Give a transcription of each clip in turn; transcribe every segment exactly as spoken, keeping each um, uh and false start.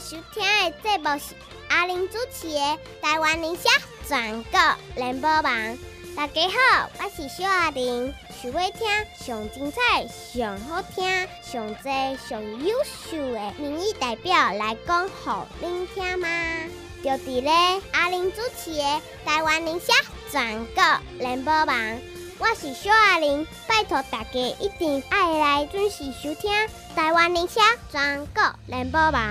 收听的节目是阿玲主持的《台湾人社全国联播网》。大家好，我是小阿玲，想要听上精彩、上好听、上多、上优秀的民意代表来讲，互恁听吗？就伫咧阿玲主持的《台湾人社全国联播网》。我是小阿玲，拜托大家一定爱来准时收听台湾人社全国联播网。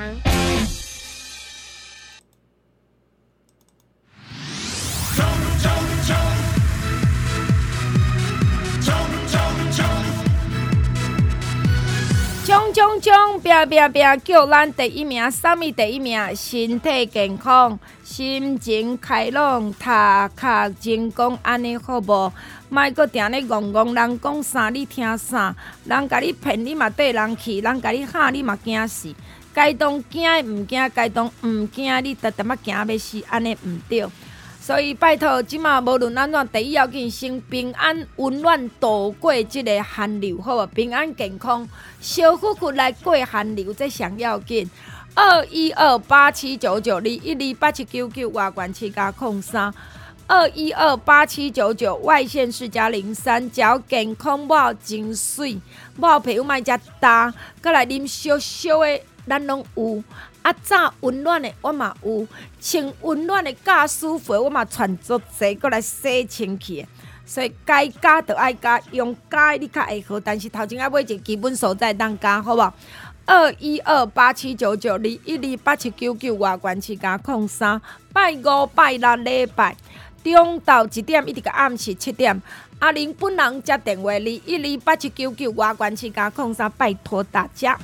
冲冲冲！拼拼拼！叫咱第一名，啥物第一名？身体健康，心情开朗，头壳精光，安尼好无？莫阁定咧戆戆，人讲啥你听啥？人甲你骗你嘛缀人去，人甲你吓你嘛惊死。该当惊的毋惊，该当毋惊你直直啊惊要死，安尼毋对。所以拜托，即马无论安怎，第一要紧先平安温暖度过即个寒流，好无？平安健康，小富富来过寒流，这上要紧。二一二八七九九二一二八七九九外管七加空三。二一二八七九九外县市加零三，只要健康无真水，无皮肤莫食大，搁来啉烧烧的，咱拢有。啊，早温暖的我嘛有，穿温暖的假舒服的我嘛传足济，搁来洗清气的。所以该加就爱加，用加的你较会好，但是头前要买一个基本所在当加，好无？二一二八七九九二一二八七九九外关七加空三，拜五拜六礼拜中昼一点一直到暗时七点，阿玲本人接电话二一二八七九九外关七加空三，拜托大家。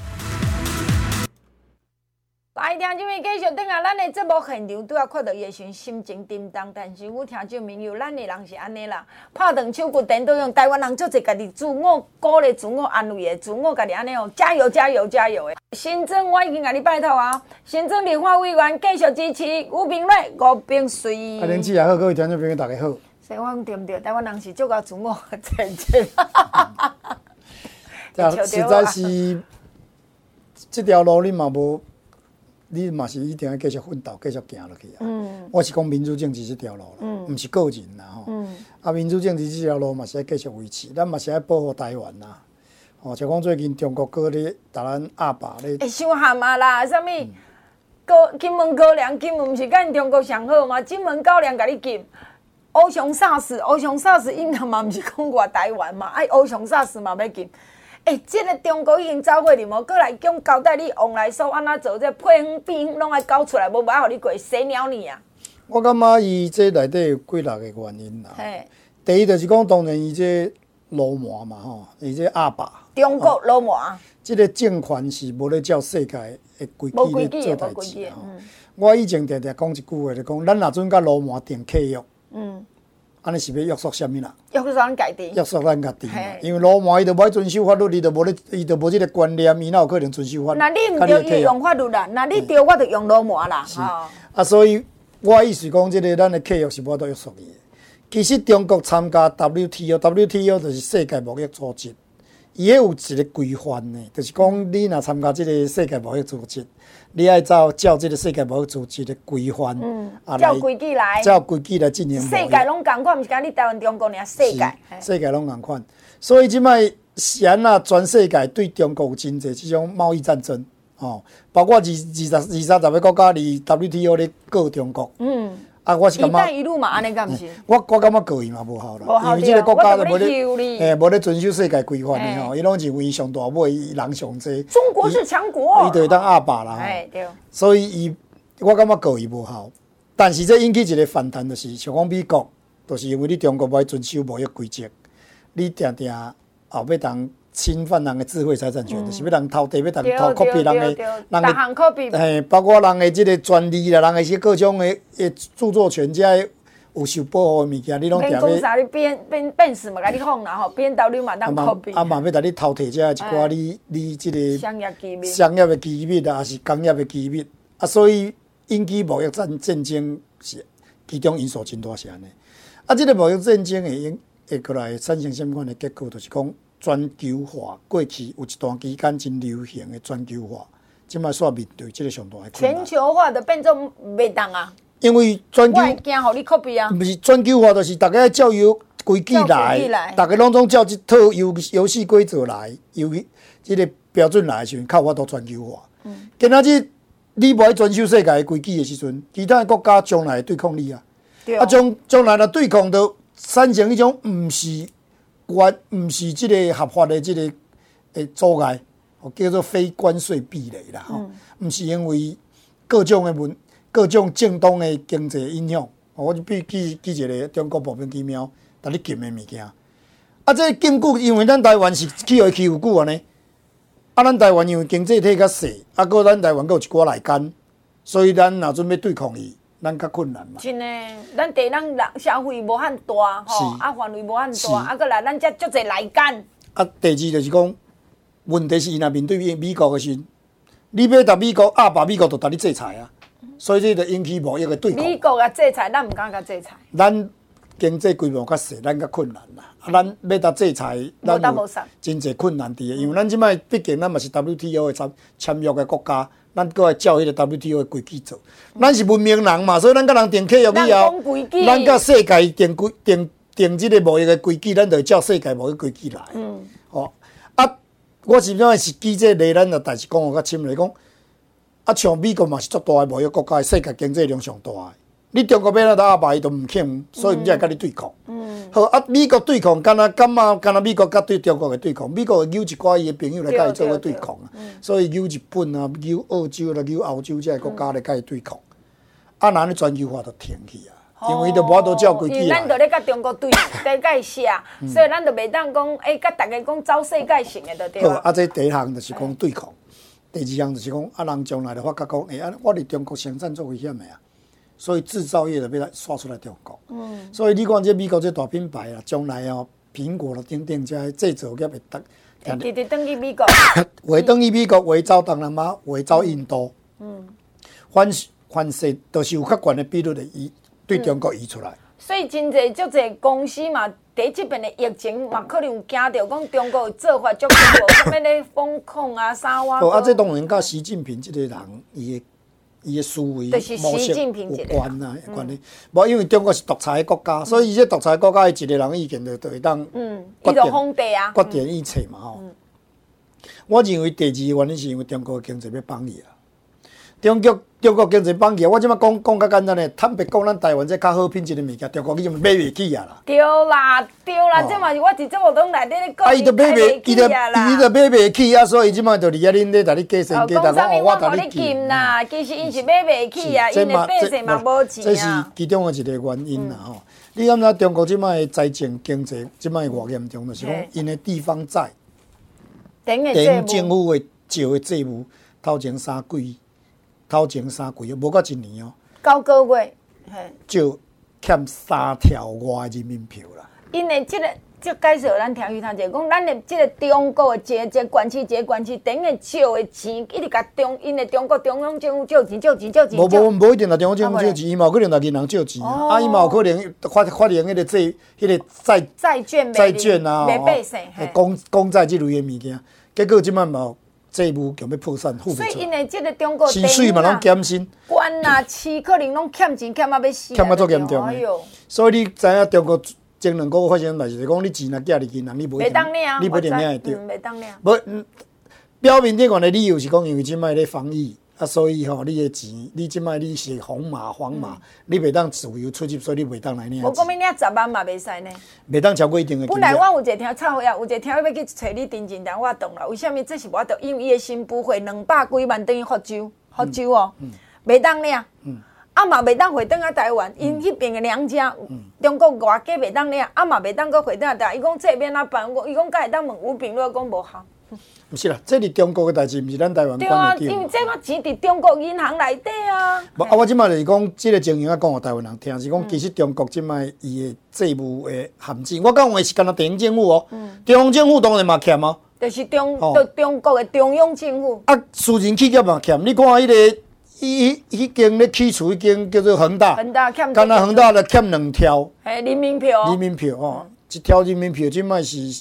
来，听众们继续等下，咱的节目现场拄啊看到伊的时阵，心情沉重，但是有听众朋友，咱的人是安尼啦，拍断手骨颠倒用。台湾人做侪家己自我鼓励、自我安慰的，自我家己安尼哦，加油、加油、加油的。新增我已经甲你拜托啊，新增立法委员继续支持吴秉瑞、吴秉水。 阿玲姊也好，各位听众朋友大家好。 所以我讲对毋对？台湾人是足够自我前进。 实在是这条路你嘛无。你嘛是一定要继续奋斗，继续行落去啊！嗯、我是讲民主政治这条路啦，毋、嗯、是个人啦吼。嗯、啊，民主政治这条路嘛是要继续维持，咱嘛是要保护台湾啦。哦，像讲最近中国搁咧打咱阿爸咧， 会伤含啊啦！啥物高金门高粱，金门毋是甲因中国上好吗？金门高粱甲你禁，欧雄 SARS， 欧雄 SARS 因嘛毋是讲外台湾嘛，爱欧雄 SARS 嘛要禁。诶、欸，这个中国已经走过去无？过来讲交代你往来所安怎做，这配方变拢爱搞出来，无无爱互你过洗鸟你啊！ 我感觉伊这内底有几六个原因啦。嘿，第一就是讲，当然伊这罗马嘛吼，伊这阿爸。 中国罗马。 这个政权是无咧照世界的规矩咧做代志啊。嗯、我以前常常讲一句话，就讲咱若准甲罗马订契约。嗯。安尼是要约束啥物啦？ 约束咱家己。 约束咱家己嘛，因为罗马伊就无爱遵守法律，伊就无咧，伊就无即个观念，伊哪有可能遵守法律？ 那你毋对，伊用法律啦；那你对，我就用罗马啦。 是啊，所以我意思讲，即个咱的契约是无法度约束伊。其实中国参加 W T O，W T O 就是世界贸易组织，伊迄有一个规范的，就是讲你若参加即个世界贸易组织。你爱照照这个世界贸易组织的规范，嗯，啊， 照规矩来， 照规矩来进行贸易。 世界拢共款，毋是讲你台湾、中国尔，世界， 世界拢共款。所以即摆现啊，全世界对中国有真侪即种贸易战争，哦，包括二二十、二三十个国家离 W T O 咧告中国，嗯，啊，我是感觉， 一带一路嘛，安尼敢毋是？ 我我感觉告伊嘛无效啦，因为即个国家就无咧，诶，无咧遵守世界规范的吼，伊拢认为上大尾，人上济。 中国是强国， 伊就会当阿爸啦， 哎对。 所以伊，我感觉告伊无效，但是这引起一个反弹，就是像讲美国，就是因为你中国无爱遵守贸易规则，你定定后要当侵犯人的智慧财产权，嗯、就是要人偷地，要当偷 copy 人的，人的，嘿，包括人的这个专利啦，人的些各种的诶著作权，这有受保护的物件，你拢定要。 讲啥？你变变变事嘛，甲你放啦吼 ，B N W 嘛当 copy。 啊嘛，要甲你偷摕这一寡你你这个商业机密、 商业的机密啊，还是工业的机密啊，所以引起贸易战战争是其中因素真大是安尼。啊，这个贸易战争会用会过来产生什么款的结果？就是讲全球化过去有一段期间真流行的全球化， 即摆煞面对即个上大的困难。 全球化的变做袂当啊！ 因为全球我会惊，互你 copy 啊！ 毋是全球化，就是大家照游规矩来，大家拢总照即套游游戏规则来，游即个标准来的时阵，靠法度全球化。嗯，今仔日你无去遵守世界的规矩的时阵，其他的国家将来会对抗你啊！啊，将将来若对抗到产生迄种毋是关，毋是即个合法的即个诶阻碍，叫做非关税壁垒啦，吼、嗯，毋是因为各种的文、各种正当的经济影响。我就比举举一个中国无名其妙，逐你禁的物件。啊，这禁句，因为咱台湾是起互欺负久安尼。啊，咱台湾因为经济体较细，啊，搁咱台湾搁有一寡内奸，所以咱若准要对抗伊，咱较困难嘛。 真诶，咱第咱人社会无遐大吼，啊范围无遐大，啊，搁来咱遮足侪内奸。 啊，第二就是讲，问题是伊若面对美国诶时，你要达美国，啊，把美国就达你制裁啊，所以这就引起贸易诶对抗。 美国啊制裁，咱毋敢甲制裁。 咱经济规模较细，咱较困难啦。啊，咱要达制裁，咱有真侪困难伫诶，因为咱即摆毕竟咱嘛是 W T O 诶参签约诶国家，咱搁爱照迄个 W T O 诶规矩做。咱是文明人嘛，所以咱甲人订契约以后，咱甲世界定规定定即个贸易诶规矩，咱就会照世界贸易规矩来。嗯。哦，啊，我是怎是举这例，咱就代志讲互较深来讲，啊，像美国嘛是足大诶贸易国家，世界经济量上大诶。你中国要哪搭阿爸伊都唔肯，所以毋才会甲你对抗。嗯，好啊，美国对抗，敢若敢嘛，敢若美国甲对中国嘅对抗，美国会揪一寡伊嘅朋友来甲伊做伙对抗啊。所以揪日本啊，揪澳洲啦，揪欧洲这些国家来甲伊对抗。啊，那你全球化就停去啊，因为伊就无法度照规矩来。 因为咱就咧甲中国对对甲伊写，所以咱就袂当讲，诶，甲大家讲走世界性嘅就对了。好啊，这第一项就是讲对抗，第二项就是讲啊，人将来就发觉讲，诶，啊，我伫中国生产做危险的啊。所以制造业就要来刷出来中国，嗯，所以你看这美国这大品牌啦，将来哦，苹果啦等等这制造业会得， 直直等去美国， 会等去美国，会走东南亚，会走印度，嗯，反反势都是有较悬的比率的移对中国移出来。 所以真侪足侪公司嘛，伫即边的疫情嘛，可能有惊到讲中国的做法足无啥物咧风控啊啥哇。 哦，啊，这当然甲习近平这个人伊的。伊的思维模式有关啊，有关的。无因为中国是独裁的国家，所以伊这独裁国家，伊一个人意见就就会当决定皇帝啊， 决定一切嘛吼。我认为第二个原因是因为中国的经济要放弃啊。中国中国经济放弃，我即摆讲讲较简单的，坦白讲，咱台湾这较好品质的物件，中国已经买袂起啊啦。 对啦，对啦，这嘛是我伫这活动内底咧讲， 啊，伊就买袂，伊就伊就买袂起啊，所以即摆就伫遐恁咧，甲你计算计， 讲啥物我甲你禁啦，其实因是买袂起啊，因的百姓嘛无钱啊。 这是其中的一个原因啦吼。你感觉中国即摆的财政经济即摆偌严重，就是讲因的地方债，等政府的借的债务，头前三季。头前三季哦，无到一年哦， 九个月，嘿， 就欠三条外人民票啦。 因为即、这个，即介绍咱听伊听者讲，咱的即个中国的一个一个关系，一个关系，等于借的钱一直甲中，因为中国中央政府借钱、借钱、借钱。 无无无一定啦，中央政府借钱，伊嘛有可能来银行借钱啊，啊，伊嘛有可能发发行迄个债、迄个债债券、 债券啊， 袂百姓， 公公债即类的物件，结果即摆嘛。债务强要破产，付不出。 所以因为这个中国薪水嘛拢减薪， 官啊、市可能拢欠钱欠啊要死。 欠啊足严重的。所以你知影中国前两个月发生代志，就是讲你钱若寄入银行，你袂当领，你不一定领会到。 袂当领。 无，表面顶悬的理由是讲，因为即摆咧防疫，啊，所以吼，你的钱，你即摆你是红码、黄码，你袂当自由出入，所以你袂当来领。 我讲要领十万嘛，袂使呢。 袂当超过一定的。 本来我有一个听插话啊，有一个听要去找你丁金良，我动了。为什么？这是我着因为伊的新妇会两百几万等于福州，福州哦，袂当领。啊嘛袂当回转啊台湾，因迄边的娘家，中国外家袂当领，啊嘛袂当搁回转啊台湾。伊讲这边哪办？伊讲敢会当问吴炳乐讲无效。 毋是啦，这是中国的代志，毋是咱台湾管得到。 对啊，因为这个钱伫中国银行内底啊。 无啊，我即摆就是讲，即个情形啊，讲互台湾人听，是讲其实中国即摆伊的债务的限制，我讲话是干那地方政府哦，地方政府当然嘛欠哦。 就是中，就中国的中央政府。 啊，私人企业嘛欠，你看迄个，伊迄间咧起厝，迄间叫做恒大， 恒大欠， 干那恒大就欠两条。 嘿，人民票。 人民票哦，一条人民票即摆是。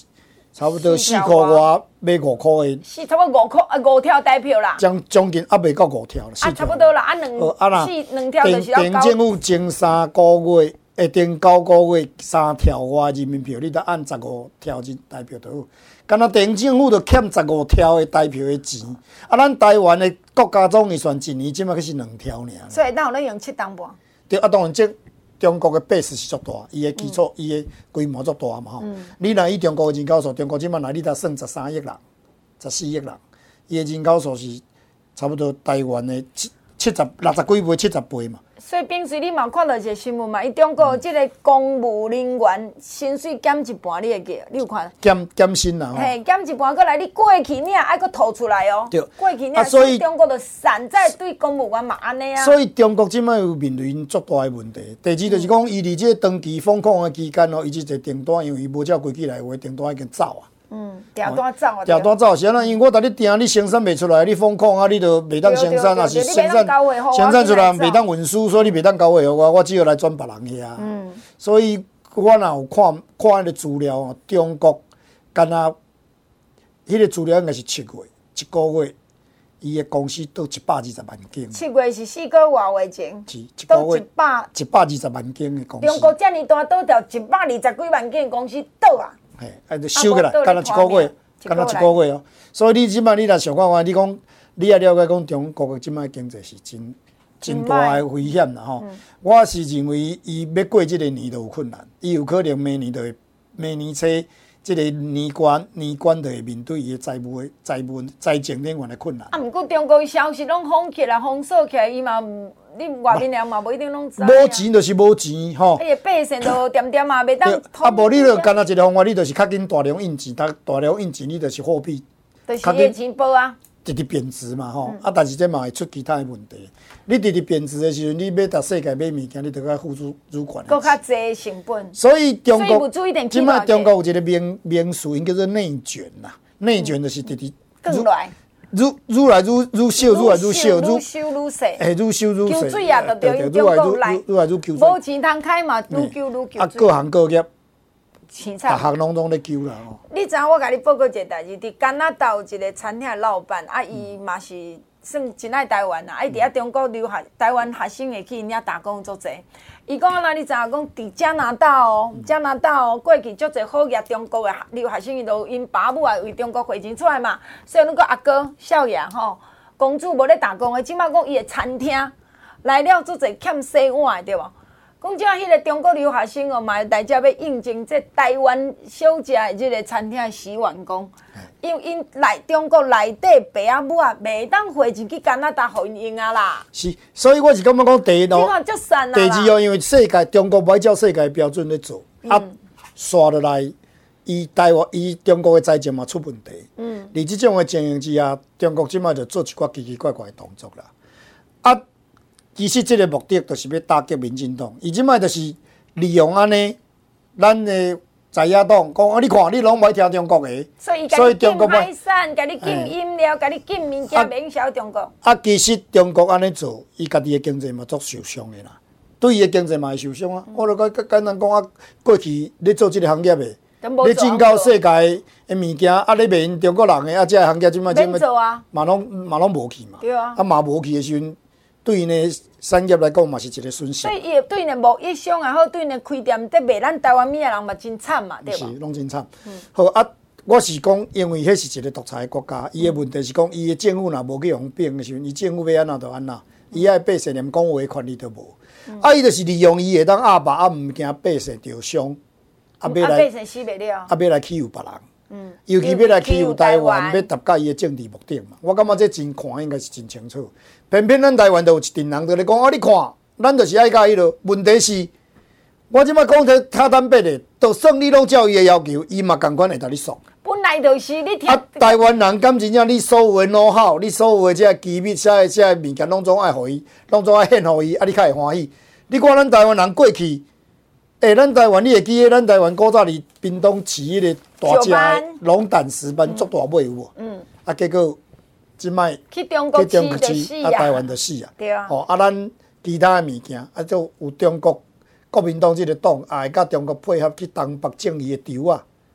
差不多四块外买五块的， 是差不多五块啊五条台票啦。 将将近还袂到五条了。 啊，差不多啦，啊两四两条就是要等政府前三个月，会等九个月三条外人民票，你得按十五条进台票就好。敢若地方政府就欠十五条的台票的钱，啊，咱台湾的国家总预算一年即马可是两条尔。 所以咱有咧用七当半。 对，啊，当然这中国的 base 是足大，伊的基础、伊、嗯、的规模足大嘛吼。嗯、你若以中国的人口数，中国即马来你才算十三亿人、十四亿人，伊的人口数是差不多台湾的七七十六十几倍、七十倍嘛。 所以平时你嘛看到一个新闻嘛，伊中国即个公务人员薪水减一半，你会记？你有看？ 减减薪啦吼。 嘿，减一半，过来你过去你也爱搁吐出来哦。 对。 过去你啊，所以中国就散在对公务员嘛安尼啊。 所以中国即摆有面临足大的问题。第二就是讲，伊伫即个长期封控的期间哦，伊即个订单，因为伊无照规矩来话，订单已经走啊。 嗯，订单走啊。 订单走是安怎？因为我逐日订，你生产袂出来，你封控啊，你就袂当生产，也是生产生产出来袂当运输，所以你袂当交货互我，我只好来转别人遐。嗯。所以我若有看看迄个资料哦，中国干若迄个资料应该是七月一个月，伊的公司到一百二十万间。七月是四个月前， 是一个月一百一百二十万间的公司。 中国遮尔大倒掉一百二十几万间公司倒啊！ 嘿，啊，就收起来，干若一个月，干若一个月哦。所以你即摆你若想看看，你讲你也了解讲中国即摆经济是真真大的危险啦吼。嗯、我是认为伊要过即个年都有困难，伊有可能明年就会明年初即个年关年关就会面对伊的债务、债务、财政人员的困难。啊， 毋过中国消息拢封起来、封锁起来，伊嘛你外面人嘛无一定拢知。 无钱就是无钱吼。 哎呀，百姓都点点嘛，袂当。 啊，无你就干那一个方法，你就是较紧大量印钱，大大量印钱，你就是货币， 就是伊的钱包啊。 直直贬值嘛吼，嗯、啊，但是这嘛会出其他的问题。你直直贬值的时阵，你要到世界买物件，你就要付出主管。 搁较济成本。 所以中国即摆中国有一个名名词，叫做内卷啦。内卷就是直直更来。 愈愈来愈愈少，愈来愈少， 愈收愈细。 哎，愈收愈细。 求水啊，就对于中国来， 愈来愈求水。 无钱通开嘛，愈求愈求水。 啊，各行各业。 逐项拢拢咧救啦吼！ 你知影我甲你报告一个代志，伫加拿大有一个餐厅的老板，啊，伊嘛是算真爱台湾啦，啊，伊伫遐中国留学，台湾学生会去因遐打工足济。伊讲啊，那你知影讲伫加拿大哦，加拿大哦，过去足济好业中国的留学生，伊都因爸母也为中国汇钱出来嘛，所以那个阿哥少爷吼，公主无咧打工的，即摆讲伊的餐厅来了足济欠洗碗的对无？讲即迄个中国留学生哦，嘛来遮要应征这台湾小食的即个餐厅的洗碗工，因为因来中国内底爸仔母啊，袂当汇钱去加拿大互因用啊啦。 是，所以我是感觉讲第一咯，第二哦，因为世界中国不爱照世界标准咧做，嗯、啊，刷落来，伊台湾伊中国的财政嘛出问题。嗯，而即种的情形之下，中国即摆就做一寡奇奇怪怪的动作啦，啊。其实这个目的就是要打击民进党，伊即摆就是利用安尼，咱的在野党讲啊，你看你拢袂听中国的， 所以中国海产，甲你禁饮料，甲你禁物件，免销中国。 啊，其实中国安尼做，伊家己的经济嘛足受伤的啦，对伊的经济嘛会受伤啊。我著甲简单讲啊，过去你做这个行业的，你进口世界的物件，啊，你卖因中国人的，啊，这个行业即摆即摆嘛拢嘛拢无去嘛， 对啊， 啊嘛无去的时阵。对因的产业来讲，嘛是一个损失。 所以伊对因的贸易商也好，对因的开店在卖咱台湾物的人嘛真惨嘛，对吧？ 是，拢真惨。嗯、好啊，我是讲，因为迄是一个独裁的国家，伊的问题是讲，伊的政府若无去用兵的时阵，伊政府要安怎就安怎，伊爱百姓连讲话的权利都无。嗯、啊，伊就是利用伊会当压迫，啊，毋惊百姓着伤，啊，要来， 百姓死袂了， 啊，要来欺负别人。嗯，尤其要来欺负台湾，要达到伊的政治目的嘛。我感觉这真看应该是真清楚。偏偏咱台湾就有一群人在咧讲，啊，你看，咱就是爱甲伊咯。问题是，我即摆讲这卡坦白的，就算你拢照伊的要求，伊嘛共款会甲你爽。 本来就是你听。 啊，台湾人敢真正你所有的know how，你所有的这机密、这这物件，拢总爱互伊，拢总爱献互伊，啊，你较会欢喜。你看咱台湾人过去。诶，咱台湾你会记得，咱台湾古早伫屏东饲迄个大只的龙胆石斑，足大尾有无？嗯。啊，结果即摆去中国饲，啊，台湾就死啊。 对啊。 哦，啊，咱其他的物件，啊，就有中国国民党即个党，也会甲中国配合去东北种伊的稻啊，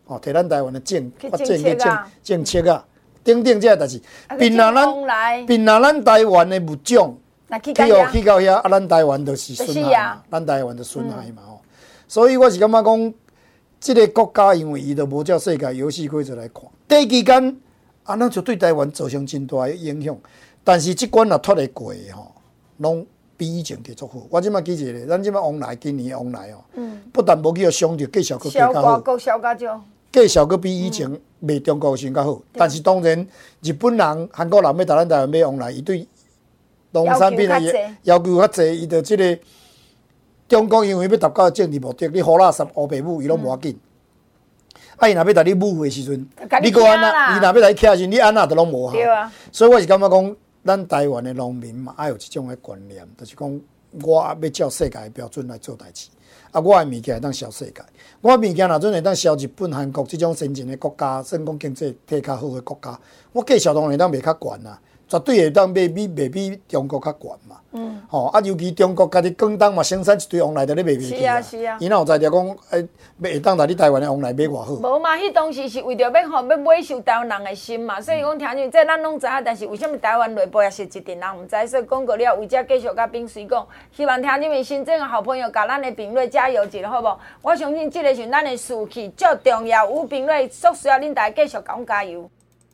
吼，摕咱台湾的政法政去政政策啊，等等这代志。并若咱并若咱台湾的物种，去哦去到遐，啊，咱台湾就是损害嘛，咱台湾就损害嘛吼。所以我是感觉讲，即个国家因为伊都无照世界游戏规则来看，短期间啊，那就对台湾造成真大的影响。但是即关若脱得过的吼，拢比以前加足好。我即摆记一个，咱即摆往来今年往来哦，嗯、不但无去互伤着，继续佫加较好， 佫小较少， 继续佫比以前卖中国先较好。但是当然，日本人、韩国人要打咱台湾买往来，伊对农产品的要求较济，伊就即个中国因为要达到政治目的，你好垃圾乌白母伊拢无要紧。啊，伊若要甲你母的时阵，你搁安那，伊若要来徛时，你安那都拢无好。所以我是感觉讲。咱台湾的农民嘛，爱有一种的观念，就是讲我要照世界的标准来做代志。啊，我的物件会当销世界，我的物件若准会当销日本、韩国这种先进的国家，算讲经济体较好的国家，我继续当然会当卖较悬啦，绝对会当卖比卖比中国较悬嘛。嗯。吼、哦，啊，尤其中国家己广东嘛生产一堆往来，就咧卖袂起啊。是啊是啊。伊哪有知着讲，诶，会当来你台湾的往来买偌好？ 无嘛，迄当时是为着要吼要买受台湾人的心嘛，所以讲听见这咱拢知影，但是为什么台湾内部也是一定人毋知？所以讲过了，为遮继续甲秉水讲，希望听见们新增的好朋友，甲咱的评论加油一下，好无？我相信这个是咱的士气最重要，有评论所需要恁大家继续甲阮加油。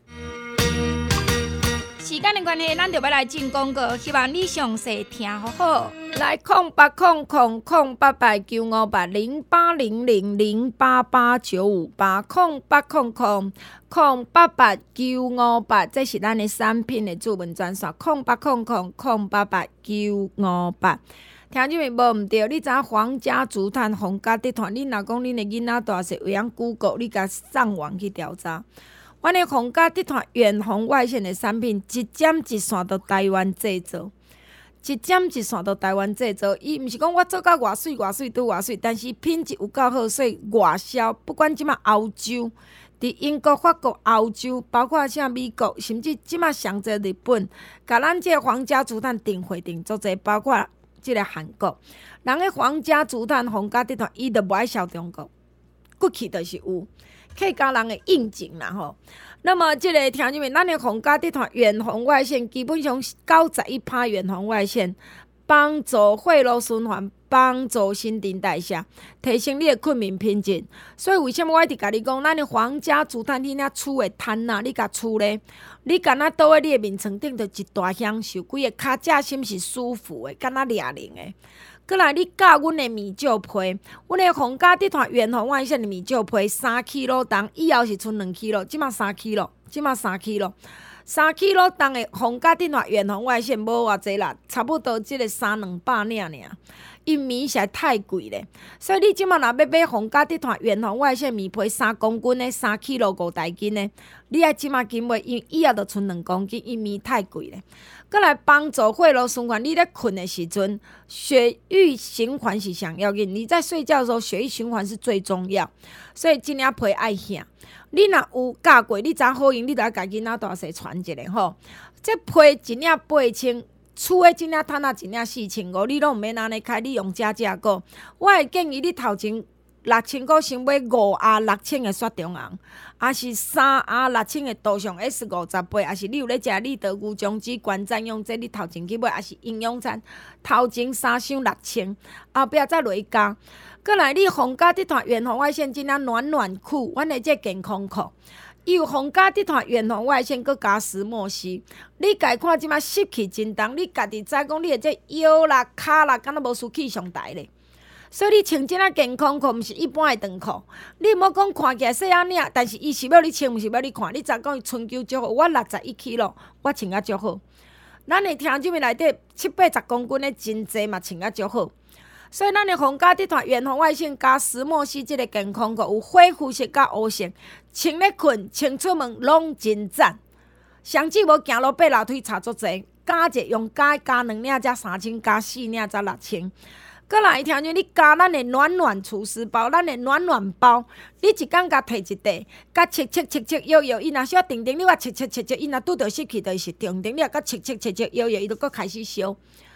时间的关系，咱就要来进广告，希望你详细听好好。来，空八空空空八八九五八零八零零零八八九五八空八空空空八八九五八，这是咱的产品的主文专线。空八空空空八八九五八。听众们无毋对，你知影皇家竹炭皇家集团？你若讲恁的囡仔大细，有样 Google， 你甲上网去调查。阮的皇家集团远红外线的产品，一针一线都台湾制造，一针一线都台湾制造。伊毋是讲我做到偌水偌水拄偌水，但是品质有够好，所以外销。不管即马欧洲、伫英国、法国、欧洲，包括像美国，甚至即马上侪日本，甲咱即个皇家竹炭订货订足侪，包括即个韩国。人个皇家竹炭皇家集团，伊就无爱销中国，骨气就是有。客家人的应景啦吼，那么即个听众们，咱的皇家集团远红外线基本上九十一趴远红外线，帮助血路循环，帮助新陈代谢，提升你的睡眠品质。所以为什么我一直甲你讲，咱的皇家竹炭迄领厝的炭啊，你甲厝咧，你敢若倒喺你的面床顶，就一大享受，规个脚架心是舒服的，敢若凉凉的。过来，你教阮的米酒批，阮的皇家集团远红外线的米酒批三 K G 重，以后是剩两 K G， 即马三 K G， 即马三 K G， 三 K G 重的皇家集团远红外线无偌济啦，差不多即个三两百尔尔。因米实在太贵咧，所以你即马若要买皇家集团远红外线米批三公斤的三 K G 五台斤的，你爱即马紧买，因以后就剩两公斤，因米太贵咧。过来帮助血路循环，你咧困的时阵，血液循环是上要紧。你在睡觉的时候，血液循环是最重要，所以即领皮爱响。你若有教过，你知好用，你就要家囡仔大细传一个吼。这皮一领八千。厝的即领炭啊，一领四千五，你拢毋免安尼开，你用加价购。我会建议你头前六千块先买五盒六千的雪中红，还是三盒六千的杜尚 S 五十八，还是你有咧食立德牛种子罐赞用这你头前去买，还是营养餐头前三箱六千，后壁再落加。过来，你皇家集团远红外线即领暖暖裤，阮的这健康裤。伊有皇家集团远红外线，佮加石墨烯。你家看即马湿气真重，你家己知讲你的这腰啦、骹啦，敢若无输气上台咧。所以你穿即领健康裤，毋是一般的长裤。你莫讲看起来细仔领，但是伊是要你穿，毋是要你看。你知讲伊春秋足好，我六十一 K G， 我穿啊足好。咱的听众们内底七八十公斤的真济嘛，穿啊足好。所以咱的皇家集团远红外线加石墨烯即个健康裤，有恢复色甲乌色，穿咧困、穿出门拢真赞。上至无行路爬楼梯差足济，加者用加加两领才三千，加四领才六千。过来听见你加咱的暖暖厨师包，咱的暖暖包，你一工甲摕一袋，甲切切切切摇摇，伊若小定定，你话切切切切，伊若拄着湿气，就是定定，你啊甲切切切切摇摇，伊就搁开始烧。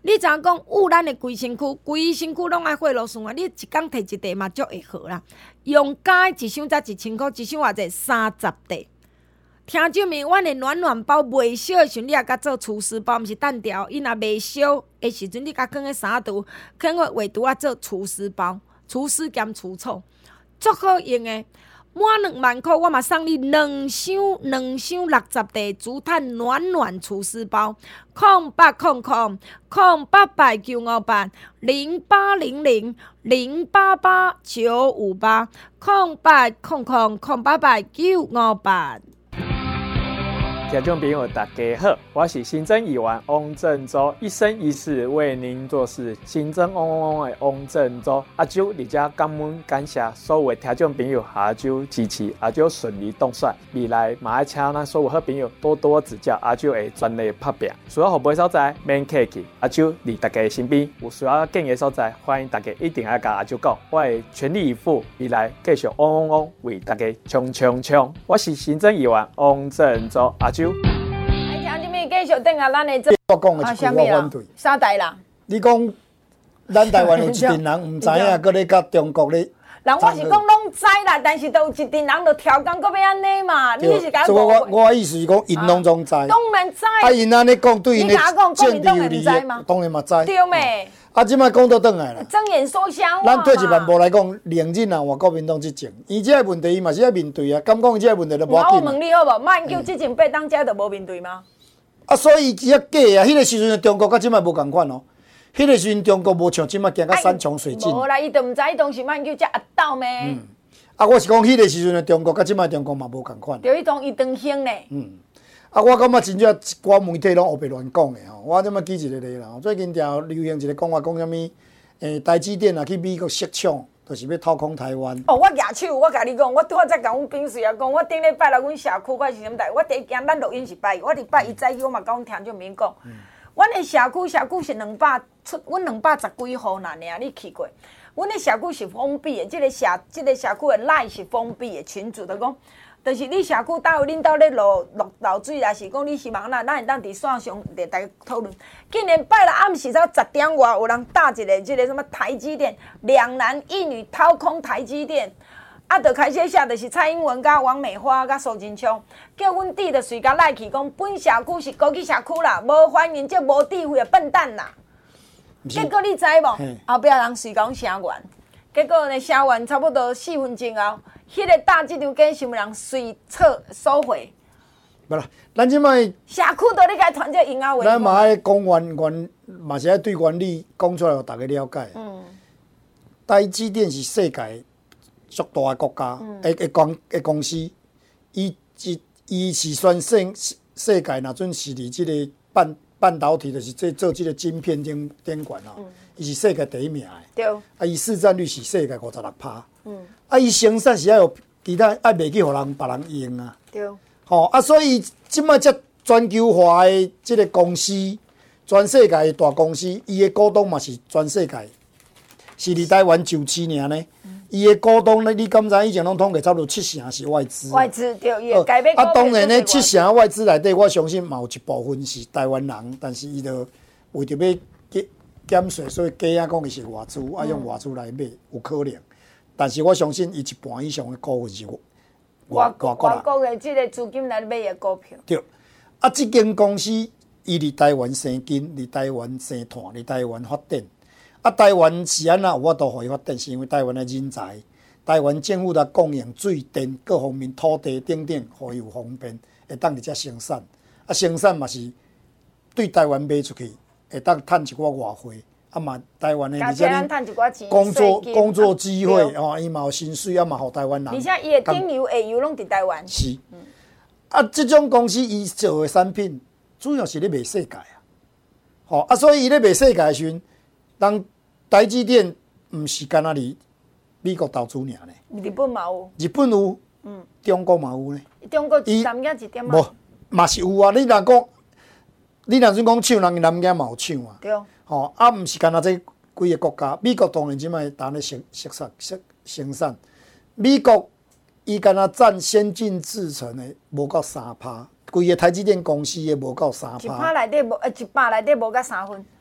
你知影讲，有咱的规身躯，规身躯拢爱血路循环。你一工摕一袋嘛，足会好啦。用加一箱才一千箍，一箱偌济三十袋。听证明，阮的暖暖包袂烧的时阵，你也甲做厨师包，毋是单调。伊若袂烧的时阵，你甲放个三除，放个画图啊做厨师包，厨师兼厨臭，足好用的。满两万块，我嘛送你两箱两箱六十袋竹炭暖暖厨师包，空八空空空八百九五八零八零零零八八九五八空八空空空八百九五八。 听众朋友，大家好，我是行政议员汪振洲，一生一世为您做事，行政汪汪汪的汪振洲。阿周，而家感恩感谢所有的听众朋友，阿周支持，阿周顺利当选。未来嘛要请咱所有好朋友多多指教，阿周会全力拍拼。需要服务的所在免客气，阿周伫大家身边。有需要建议的所在，欢迎大家一定要甲阿周讲，我会全力以赴，未来继续汪汪汪为大家冲冲冲。我是行政议员汪振洲，阿周。 继续等下咱的做， 我讲的一句我反对。 啥代啦？ 你讲咱台湾有一群人唔知影，搁咧甲中国咧。 人我是讲拢知啦，但是都有一群人就挑工，搁要安尼嘛？你是讲我我我意思是讲，因拢总知。 当然知。 啊，因安尼讲对因的政治有利益，当然嘛知。 对咩？ 啊，即摆讲倒转来啦。 睁眼说瞎话。 咱退一万步来讲，连任啊，换国民党执政，伊即个问题伊嘛是要面对啊。敢讲伊即个问题就无要紧。 我问你好无？莫叫执政八当家就无面对吗？ 啊，所以只啊假啊！迄个时阵的中国甲即摆无共款哦。迄个时阵中国无像即摆行到山穷水尽。 无啦，伊都毋知伊当时莫叫遮压倒咩？ 嗯。啊，我是讲迄个时阵的中国甲即摆中国嘛无共款。 就迄种伊当兴呢。 嗯。啊，我感觉真正一寡媒体拢黑白乱讲的吼。我这么举一个例啦，最近条流行一个讲法，讲啥物？诶，台积电啊去美国设厂，就是要掏空台湾。 哦，我举手，我甲你讲，我我再甲阮平时啊讲，我顶礼拜来阮社区，我是啥物代？我第一件咱录音是拜一，我礼拜一早起我嘛甲阮听众民讲，阮的社区社区是两百出，阮两百十几户呐尔，你去过？阮的社区是封闭的，即、这个社即、这个社区的赖是封闭的群组，就讲。就是你社区倒有恁兜咧落落漏水，还是讲你希望咱咱会当伫线上咧大家讨论。今年拜六暗时到十点外，有人搭一个即个什么台积电，两男一女掏空台积电，啊，就开始写就是蔡英文甲王美花甲苏贞昌，叫阮弟就随甲赖去讲，本社区是高级社区啦，无欢迎即无智慧的笨蛋啦。结果你知无？后壁人随讲声援。结果呢，写完差不多四分钟后，迄、那个大这张简是有人随册收回。 不啦，咱即摆社区都咧甲团结营啊， 咱嘛爱讲原原，嘛是爱对原理讲出来，互大家了解。嗯。台积电是世界足大的国家，诶诶公诶公司，伊伊伊是算世世界若准是伫即个半半导体，就是做做即个晶片顶顶管哦。嗯，伊是世界第一名的， 对。 啊，伊市占率是世界五十六趴。嗯。啊，伊生产是要有其他爱卖去互人别人用啊。 对。 吼、哦、啊，所以即摆遮全球化的即个公司，全世界的大公司，伊的股东嘛是全世界，是伫台湾就市尔呢。伊、嗯、的股东咧，你敢知以前拢统计差不多七成是外资。 外资对，伊改变。 啊，当然咧，七成外资内底，我相信嘛有一部分是台湾人，但是伊就为着要减减税，所以假啊讲伊是外资，啊用外资来买有可能。但是我相信伊一半以上的股份是外外外国的即个资金来买的股票。 对，啊，即间公司伊伫台湾生根，伫台湾生炭，伫台湾发展。啊，台湾是安那有法度互伊发展，是因为台湾的人才，台湾政府来供应水电各方面土地等等，互伊有方便，会当伫遮生产。啊，生产嘛是对台湾卖出去，会当趁一寡外汇。啊嘛，台湾的而且工作工作机会哦，伊嘛有薪水，啊嘛互台湾人。 而且伊的顶游下游拢伫台湾。 是，嗯、啊，即种公司伊做的产品，主要是咧卖世界啊。吼、哦、啊，所以伊咧卖世界的时阵，当台积电毋是干那里美国投资尔呢？ 日本嘛有。 日本有，嗯，中国嘛有呢。 中国南亚一点嘛。 无，嘛是有啊！你若讲，你若算讲抢，人南亚嘛有抢啊。 对。 吼、哦，啊，毋是干那这几个国家，美国当然即摆当咧生生产生生产，美国伊干那占先进制程的无到三趴，规个台积电公司的无到三趴。 一趴内底无，呃，一百内底无到三分。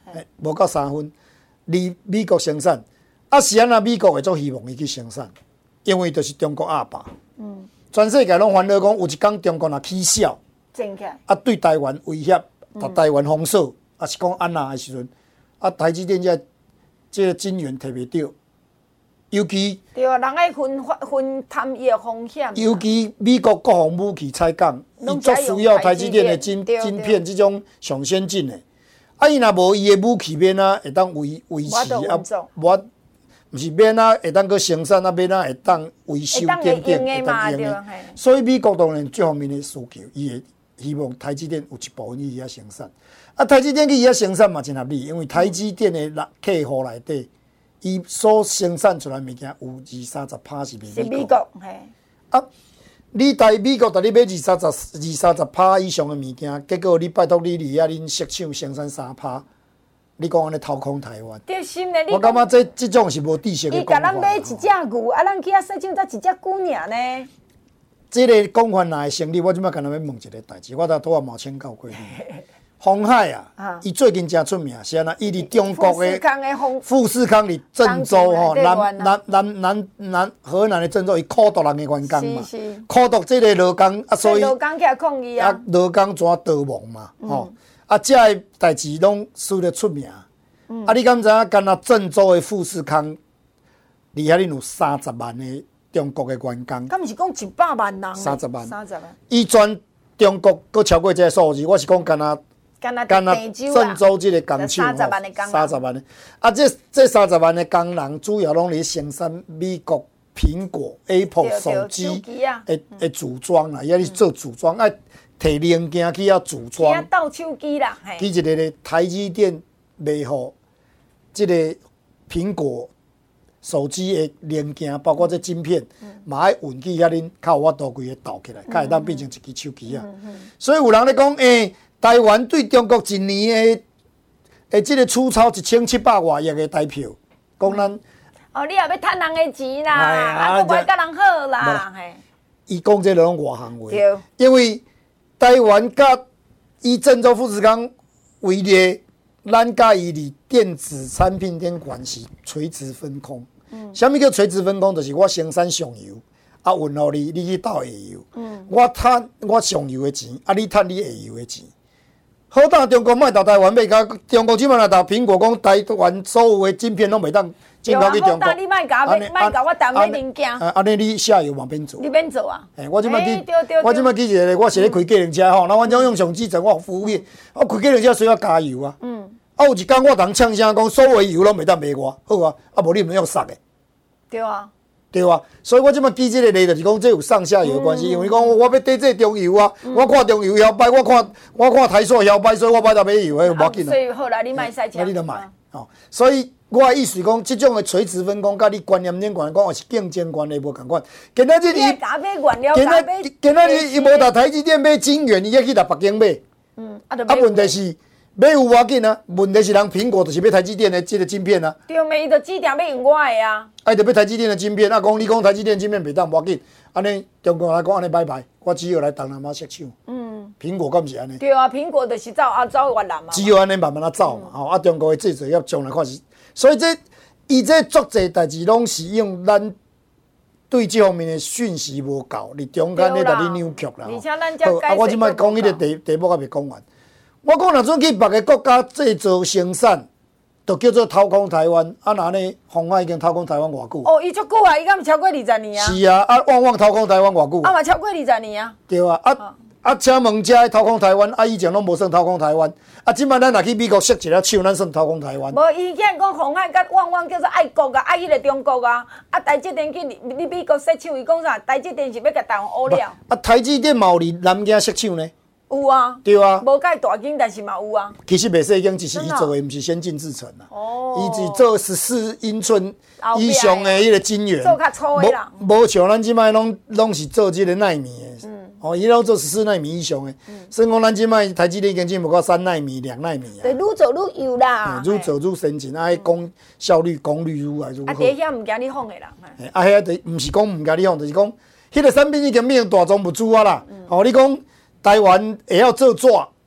诶，无到三分，离美国生产。啊，是安那美国会做希望伊去生产，因为就是中国压霸。嗯，全世界拢烦恼讲，有一天中国若起笑， 正确。 啊，对台湾威胁，把台湾封锁，啊是讲安那的时阵，啊台积电这这个晶圆摕袂到，尤其对啊，人爱分分贪伊的风险。 尤其美国国防武器采购，伊足需要台积电的晶晶片，这种上先进的。啊，伊若无伊的武器免啊，会当维维持啊，我。毋是免啊，会当去生产啊，免啊，会当维修等等，会当用的。所以美国当然这方面的需求，伊会希望台积电有一部分去遐生产。啊，台积电去遐生产嘛真合理，因为台积电的客户内底，伊所生产出来物件有二三十趴是美美国。嘿。 啊，你台美国逐日买二三十、二三十趴以上的物件，结果你拜托你伫遐恁设厂生产三趴。你讲安尼掏空台湾，我感觉这这种是无知识的讲法。 伊甲咱买一只牛，啊，咱去遐设厂才一只牛尔呢。 这个讲法哪会成立？我即摆干那要问一个代志，我拄拄啊毛请教过你。鸿海啊，伊最近真出名，是安那？伊伫中国的富士康伫郑州吼，南南南南南河南的郑州，伊苦毒人的员工嘛，苦毒这个劳工啊，所以劳工起来抗议啊， 啊，劳工怎逃亡嘛，吼。啊，这个代志拢输得出名。嗯、啊，你敢知影？干那郑州的富士康，里遐恁有三十万的中国的员工。 敢毋是讲一百万人？ 三十万。 三十万。 以全中国佫超过这个数字，我是讲干那干那干那郑州这个工厂， 三十万的工人。 三十万的。啊，这这三十万的工人主要拢伫生产美国苹果 Apple 手机的的组装啦，伊遐去做组装啊。摕零件去遐组装， 去倒手机啦，嘿。 伊一个咧台积电卖互即个苹果手机的零件，包括这晶片，嘛爱运去遐恁较有法度规个倒起来，较会当变成一支手机啊。所以有人咧讲，诶，台湾对中国一年的诶即个出超一千七百外亿的台票，讲咱哦，你也要趁人的钱啦，啊，不爱甲人好啦，嘿。 伊讲这拢外行话，因为台湾甲以郑州富士康为例，咱甲伊伫电子产品顶关系垂直分工。嗯，什么叫垂直分工？就是我生产上游，啊运互你，你去倒下游。嗯，我趁我上游的钱，啊你趁你下游的钱。好当中国卖到台湾买，甲中国即摆来到苹果讲台湾所有的晶片拢袂当进口去中国。 好当你卖甲卖卖甲我台湾零件。 啊，安尼你下游嘛免做。 你免做啊？ 嘿，我即摆去，我即摆去一个，我是咧开计程车吼，那阮种用上基层我服务业，我开计程车需要加油啊。嗯。啊，有一天我通呛声讲，所有的油拢袂当卖我，好啊，啊无你毋用杀的。 对啊。 对啊，所以我即摆记这个例，就是讲这有上下游的关系，因为讲我要缀这中油啊，我看中油摇摆，我看我看台塑摇摆，所以我买到买油，迄无要紧啊。 所以后来你买赛车， 那你就买哦。所以我的意思讲，这种的垂直分工，甲你观念顶观讲，也是竞争观念无共款。今仔日伊，今仔今仔日伊无到台积电买晶圆，伊要去到北京买。嗯，啊，问题是。买有无要紧啊？问题是人苹果就是买台积电的这个晶片啊。 对，咪伊就指定要用我的啊。 啊，就买台积电的晶片，啊，讲你讲台积电晶片袂当无要紧，安尼中国来讲安尼拜拜，我只有来东南亚设厂。嗯。苹果敢毋是安尼？ 对啊，苹果就是走啊走越南嘛。 只有安尼慢慢啊走嘛，吼、嗯、啊，中国的制造业将来看是，所以这伊这足侪代志拢是用咱对这方面的讯息无够，你中间咧甲你扭曲啦。 而且咱遮啊，我即摆讲迄个题题目还未讲完。我讲若准去别个国家制造生产，就叫做掏空台湾。啊，那呢，鸿海已经掏空台湾偌久？ 哦，伊足久啊，伊敢毋超过二十年啊？ 是啊，啊，旺旺掏空台湾偌久？ 啊嘛超过二十年啊。 对啊，啊、哦、啊，请问遮掏空台湾，啊以前拢无算掏空台湾，啊，即摆咱若去美国设一个手，咱算掏空台湾。 无，以前讲鸿海甲旺旺叫做爱国啊，爱迄个中国啊，啊台积电去你你美国设厂，伊讲啥？台积电是要甲台湾污了。 啊，台积电嘛有伫南京设厂呢？ 有啊， 对啊， 无介大间，但是嘛有啊。 其实袂使讲，只是伊做的，毋是先进制程啦。哦。伊是做十四英寸以上的迄个晶圆， 做较粗的啦。 无像咱即摆拢拢是做即个奈米的。嗯。哦，伊拢做十四奈米以上的。嗯。所以讲咱即摆台积电已经无到三奈米、两奈米啊。 对，愈做愈有啦。 愈做愈先进，啊，迄功效率、功率愈来愈好。 啊，第遐毋惊你放的啦。 啊，遐就毋是讲毋惊你放，就是讲迄个产品已经变成大宗物资啊啦。哦，你讲。台湾会晓做纸，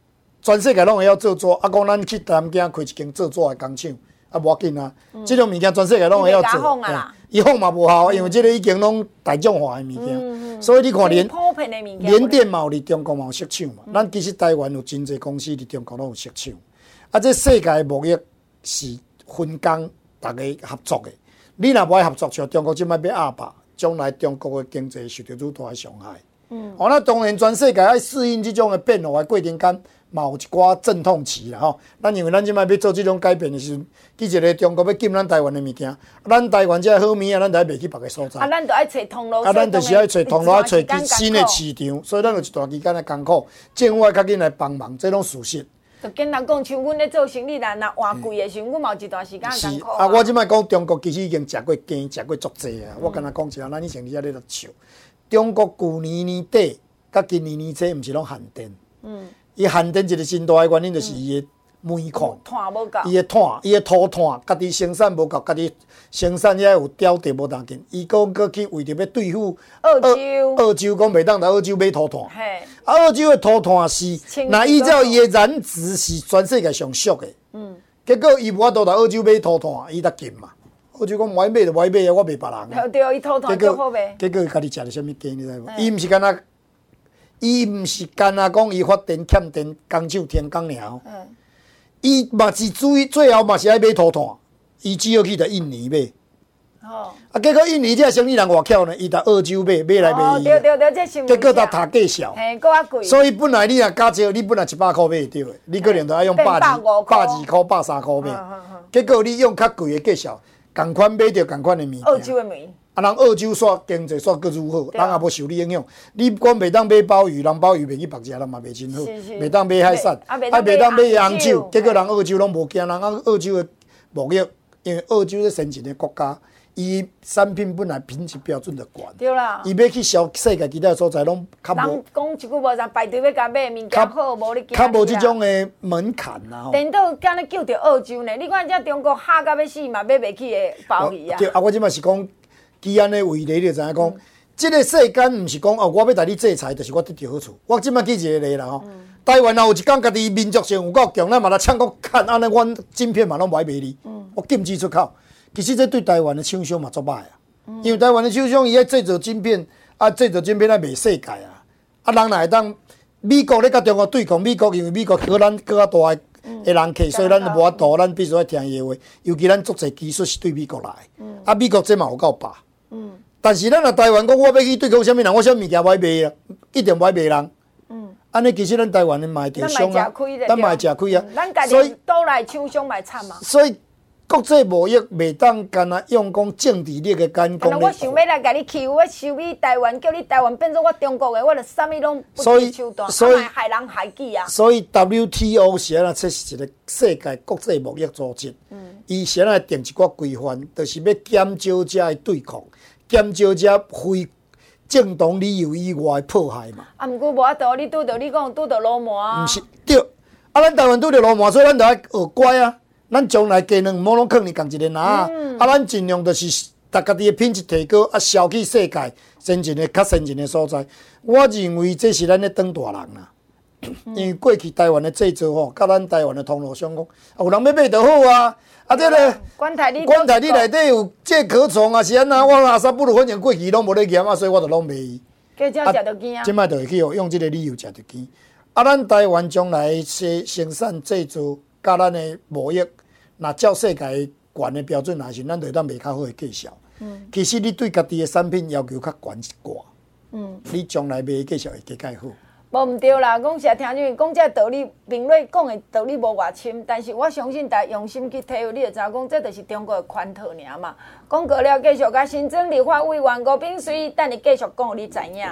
全世界拢会晓做纸，啊，讲咱去南京开一间做纸的工厂，啊，无要紧啊。即、嗯、种物件全世界拢会晓做。伊放嘛无效，因为即个已经拢大众化的物件，嗯嗯、所以你看连联电嘛有伫中国嘛有设厂嘛，咱、嗯、其实台湾有真侪公司伫中国拢有设厂。啊，这世界的贸易是分工，大家合作的。你若无爱合作，像中国即摆要压霸，将来中国的经济受到愈大的伤害。嗯，哦，那当然全世界爱适应即种的变化的过程间，嘛有一寡阵痛期啦吼。咱因为咱即摆要做即种改变的时阵，去一个中国要禁咱台湾的物件，咱台湾这好物啊，咱就爱卖去别个所在。 啊，咱就爱找通路。 啊，咱就是爱找通路，爱找新的市场，所以咱有一段期间的艰苦，政府爱较紧来帮忙，这种事实。 就简单讲，像阮咧做生意啦，若换贵的时候，阮嘛有一段时间艰苦啊。啊，我即摆讲中国其实已经食过羹，食过足济啊。嗯、我跟他讲一下，咱以前伫遐咧咧笑。中国旧年年底，甲今年年初，毋是拢限电。嗯。伊限电一个真大的原因，就是伊的煤矿， 碳无够， 伊的碳，伊的土碳，家己生产无够，家己生产遐有调地无当紧。伊讲搁去为着要对付澳洲， 澳洲讲袂当来澳洲买土碳。嘿。啊，澳洲的土碳是，若依照伊的燃值是全世界上俗的。嗯。结果伊无法度来澳洲买土碳，伊得禁嘛。澳洲讲无爱买就无爱买啊，我卖别人啊。 对，伊土碳足好卖。 结果伊家己食着啥物鸡，你知无？伊毋是干那，伊毋是干那讲伊发电欠电，工厂停工尔。嗯。伊嘛是注意，最后嘛是爱买土炭，伊只好去着印尼买。哦。啊，结果印尼这生意人偌巧呢，伊着澳洲买，买来买去。 对对对，这生意。 结果着价价小。 嘿，搁较贵。 所以本来你若加少，你本来一百块买会着的，你可能着爱用百二、百二块、百三块买。结果你用较贵的价小。同款买着同款的物件， 澳洲的煤， 啊，人澳洲煞经济煞搁愈好，人也无受你影响。你讲袂当买鲍鱼，人鲍鱼卖去别家，人嘛卖真好。袂当买海产，啊，袂当买洋酒，结果人澳洲拢无惊，人澳洲的贸易，因为澳洲是先进的国家，伊产品本来品质标准就高。 对啦。 伊要去销世界其他所在，拢较无。 人讲一句无啥排队要甲买物件好，无你惊。 较无即种的门槛啦。 电脑敢咧救着澳洲呢？你看这中国吓到要死嘛，买袂起的鲍鱼啊。 对啊，我即摆是讲，基安的为例，你就知影讲，即、嗯、个世间毋是讲哦，我要带你制裁，就是我得到好处。我即摆举一个例啦吼，嗯、台湾若有一天家己民族性有够强，咱嘛来抢讲，看安尼，阮晶片嘛拢无爱卖你，嗯、我禁止出口。其实这对台湾的厂商嘛足歹啊，嗯、因为台湾的厂商伊爱制造晶片，啊制造晶片爱卖世界啊，啊人若会当美国咧甲中国对抗，美国因为美国搁咱搁较大的的人客，所以咱就无法度，咱必须要听伊的话。尤其咱足侪技术是对美国来，嗯、啊美国这嘛有够霸。嗯、但是咱若台湾讲，我要去对抗啥物人，我啥物件无爱卖啊，一定无爱卖人。嗯，安尼其实咱台湾的嘛会着伤啊，咱嘛会食亏啊。 咱家己倒来厂商嘛惨嘛。 所以。国际贸易袂当干那用讲政治力的眼光。 我想要来甲你欺负，我收你台湾，叫你台湾变做我中国的，我就啥物拢不择手段，啊嘛害人害己啊。 所以 W T O 是安那，这是一个世界国际贸易组织。嗯。伊是安那定一寡规范，就是要减少遮的对抗，减少遮非正当理由以外的迫害嘛。 啊，毋过无法度，你拄着你讲拄着老麻啊。 毋是对，啊，咱台湾拄着老麻，所以咱着爱学乖啊。咱将来鸡卵毛拢放伫共一个篮啊！嗯、啊，咱尽量就是大家己的品质提高，啊，销去世界先进的、较先进的所在。我认为这是咱咧当大人啦，嗯、因为过去台湾的制造吼，甲咱台湾的通路商讲，啊，有人要买就好啊。啊，这个管台你管台你内底有这壳虫啊，是安那？我阿萨不如反正过去拢无咧验啊，所以我就拢卖伊。 加只食着惊啊！ 即摆就会去用这个理由食着惊。啊，咱台湾将来生生产制造，甲咱的贸易。那照世界悬的标准来是，咱就当卖较好的价销。嗯，其实你对家己的产品要求较悬一寡。嗯，你将来卖的价销会更加好。 无毋对啦，讲是听你讲这道理，评论讲的道理无偌深，但是我相信大家用心去体会，你就知影讲这就是中国的圈套尔嘛。讲过了，继续甲新增立法委员吴秉叡，等你继续讲，你知影。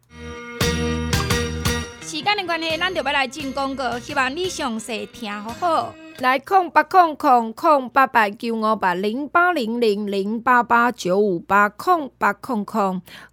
时间的关系，咱就要来进广告，希望你详细听好好。来空八空空空八八九五八零八零零零八八九五八空八空空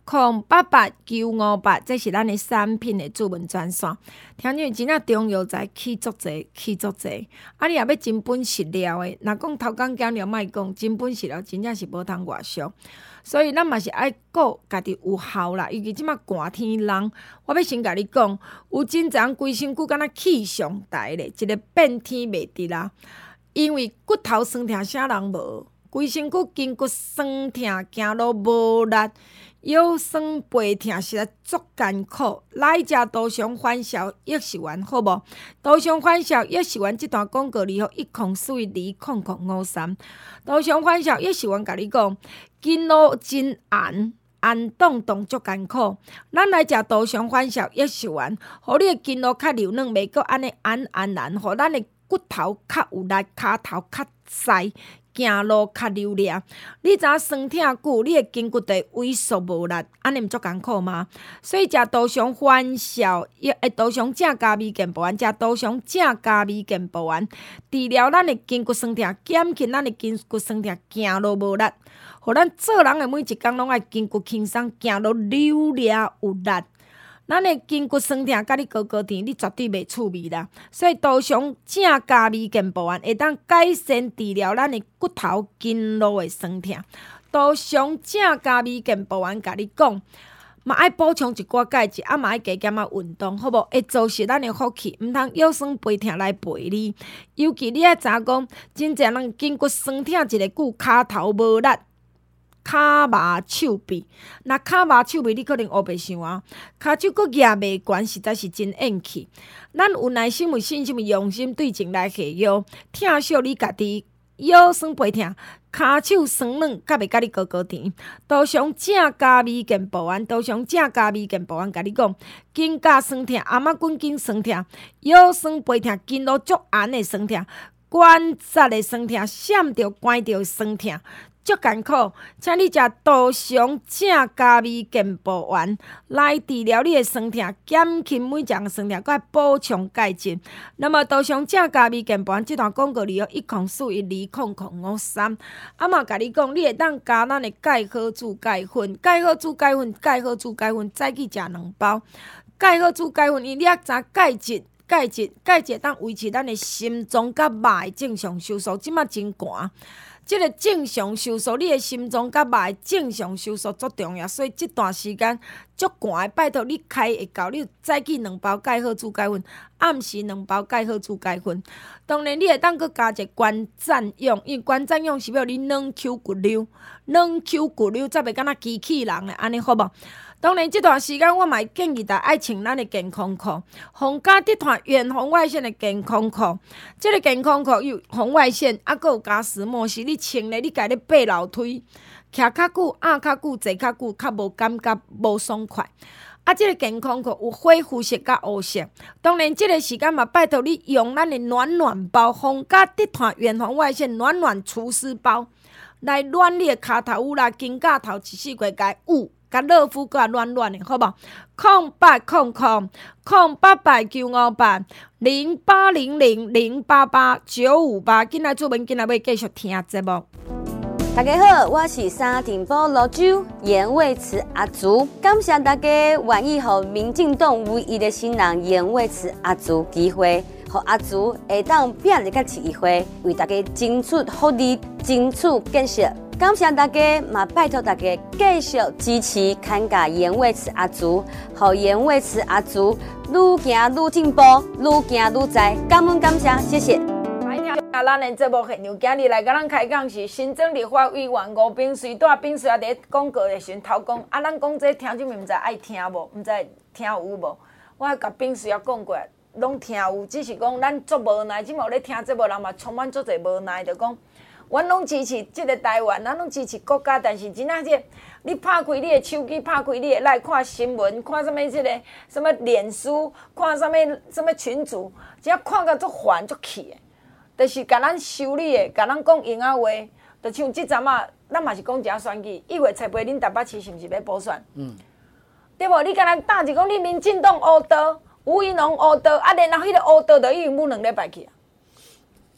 空八八九五八，这是咱的产品的主文专线。听见真正中药材起足济，起足济。啊，你若要真本实料的，若讲头讲讲了，莫讲真本实料，真正是无通外俗。所以咱嘛是爱顾家己有效啦，尤其即马寒天冷，我要先甲你讲，有真侪人规身躯敢若气上台咧，一个变天袂得啦。因为骨头酸痛，啥人无？规身躯筋骨酸痛，行路无力，腰酸背痛，实在足艰苦。来食多上欢笑益寿丸，好无？多上欢笑益寿丸，即段广告里吼一空四二空空五三。多上欢笑益寿丸，甲你讲，筋路真硬。按动动足艰苦，咱来食多上欢笑益寿丸，互你的筋路较柔软，袂阁安尼按按难，互咱的骨头较有力，骹头较细，行路较流利。你知影酸痛久，你的筋骨会萎缩无力，安尼毋足艰苦吗？所以食多上欢笑，诶，多上正加味健保丸，食多上正加味健保丸，治疗咱的筋骨酸痛，减轻咱的筋骨酸痛，行路无力。互咱做人的每一工拢爱筋骨轻松，行路流利有力。咱的筋骨酸痛，甲你高高甜，你绝对袂趣味啦。所以多上正加味健保丸会当改善治疗咱的骨头筋路的酸痛。多上正加味健保丸，甲你讲，嘛爱补充一寡钙质，啊嘛爱加减啊运动，好无？会造实咱的福气，毋通腰酸背痛来陪你。尤其你爱知影讲，真侪人筋骨酸痛一个久，骹头无力。骹麻手臂，若骹麻手臂，你可能黑白想啊。骹手佫举袂悬，实在是真厌气。咱有耐心、有信心、有用心对症来下药，疼惜你家己腰酸背痛、骹手酸软，甲袂甲你高高甜。多上正加味健保丸，多上正加味健保丸，甲你讲，筋胛酸痛、阿妈滚筋酸痛、腰酸背痛、筋路足严的酸痛、关节的酸痛、闪着关着酸痛。足艰苦，请你食多上正加味健保丸来治疗你的酸痛，减轻每项酸痛，佮补充钙质。那么多上正加味健保丸，这段广告里有一空四一二空空五三。啊嘛，甲你讲，你会当加咱的钙好珠钙粉，钙好珠钙粉，钙好珠钙粉，早起食两包。钙好珠钙粉，伊你也知钙质。钙质，钙质当维持咱的心脏甲肉的正常收缩，即马真寒。即个正常收缩，你的心脏甲肉的正常收缩足重要，所以即段时间足寒的，拜托你开会到，你早起两包钙好珠钙粉，暗时两包钙好珠钙粉。当然，你会当佮加一个关赞用，因为关赞用是要你软 Q 骨溜，软 Q 骨溜才袂敢若机器人的安尼好无？当然，这段时间我嘛建议大家爱穿咱的健康裤，防假得团远红外线的健康裤。这个健康裤有红外线，啊，佮有加石墨，是你穿咧，你家咧爬楼梯，徛较久、压较久、坐较久，较无感觉、无爽快。啊，这个健康裤有灰肤色甲黑色。当然，这个时间嘛，拜托你用咱的暖暖包，防假得团远红外线暖暖除湿包，来暖你的骹头有啦、肩胛头，一四季甲捂。甲热敷甲暖暖的，好无？空八空空空八八九五八零八零零零八八九五八，进来做文，进来要继续听节目。 大家好，我是沙田堡老酒盐味池阿竹，感谢大家愿意予民进党唯一的新人盐味池阿竹机会，予阿竹会当拼一个机会，为大家争取福利，争取建设。感谢大家，嘛拜托大家继续支持看家盐味池阿竹，予盐味池阿竹愈行愈进步，愈行愈在。感恩感谢，谢谢。 来听下咱的节目现场，今日来甲咱开讲是新增立法委员吴秉随，带秉随啊伫广告的时阵头讲，啊，咱讲这听众们毋知爱听无，毋知听有无？我甲秉随啊讲过，拢听有，只是讲咱足无奈，即幕咧听节目人嘛充满足侪无奈，就讲。阮拢支持即个台湾，咱拢支持国家，但是真仔这你拍开你的手机，拍开你的来看新闻，看什么即个什么脸书，看什么什么群组，只要看到足烦足气的，就是甲咱修理的，甲咱讲闲仔话，就像即阵啊，咱嘛是讲一下选举，一月七八恁台北市是毋是要补选？嗯，对无？你敢若打一讲你民进党乌道，吴怡农乌道，啊，然后迄个乌道就已经武两礼拜去啊。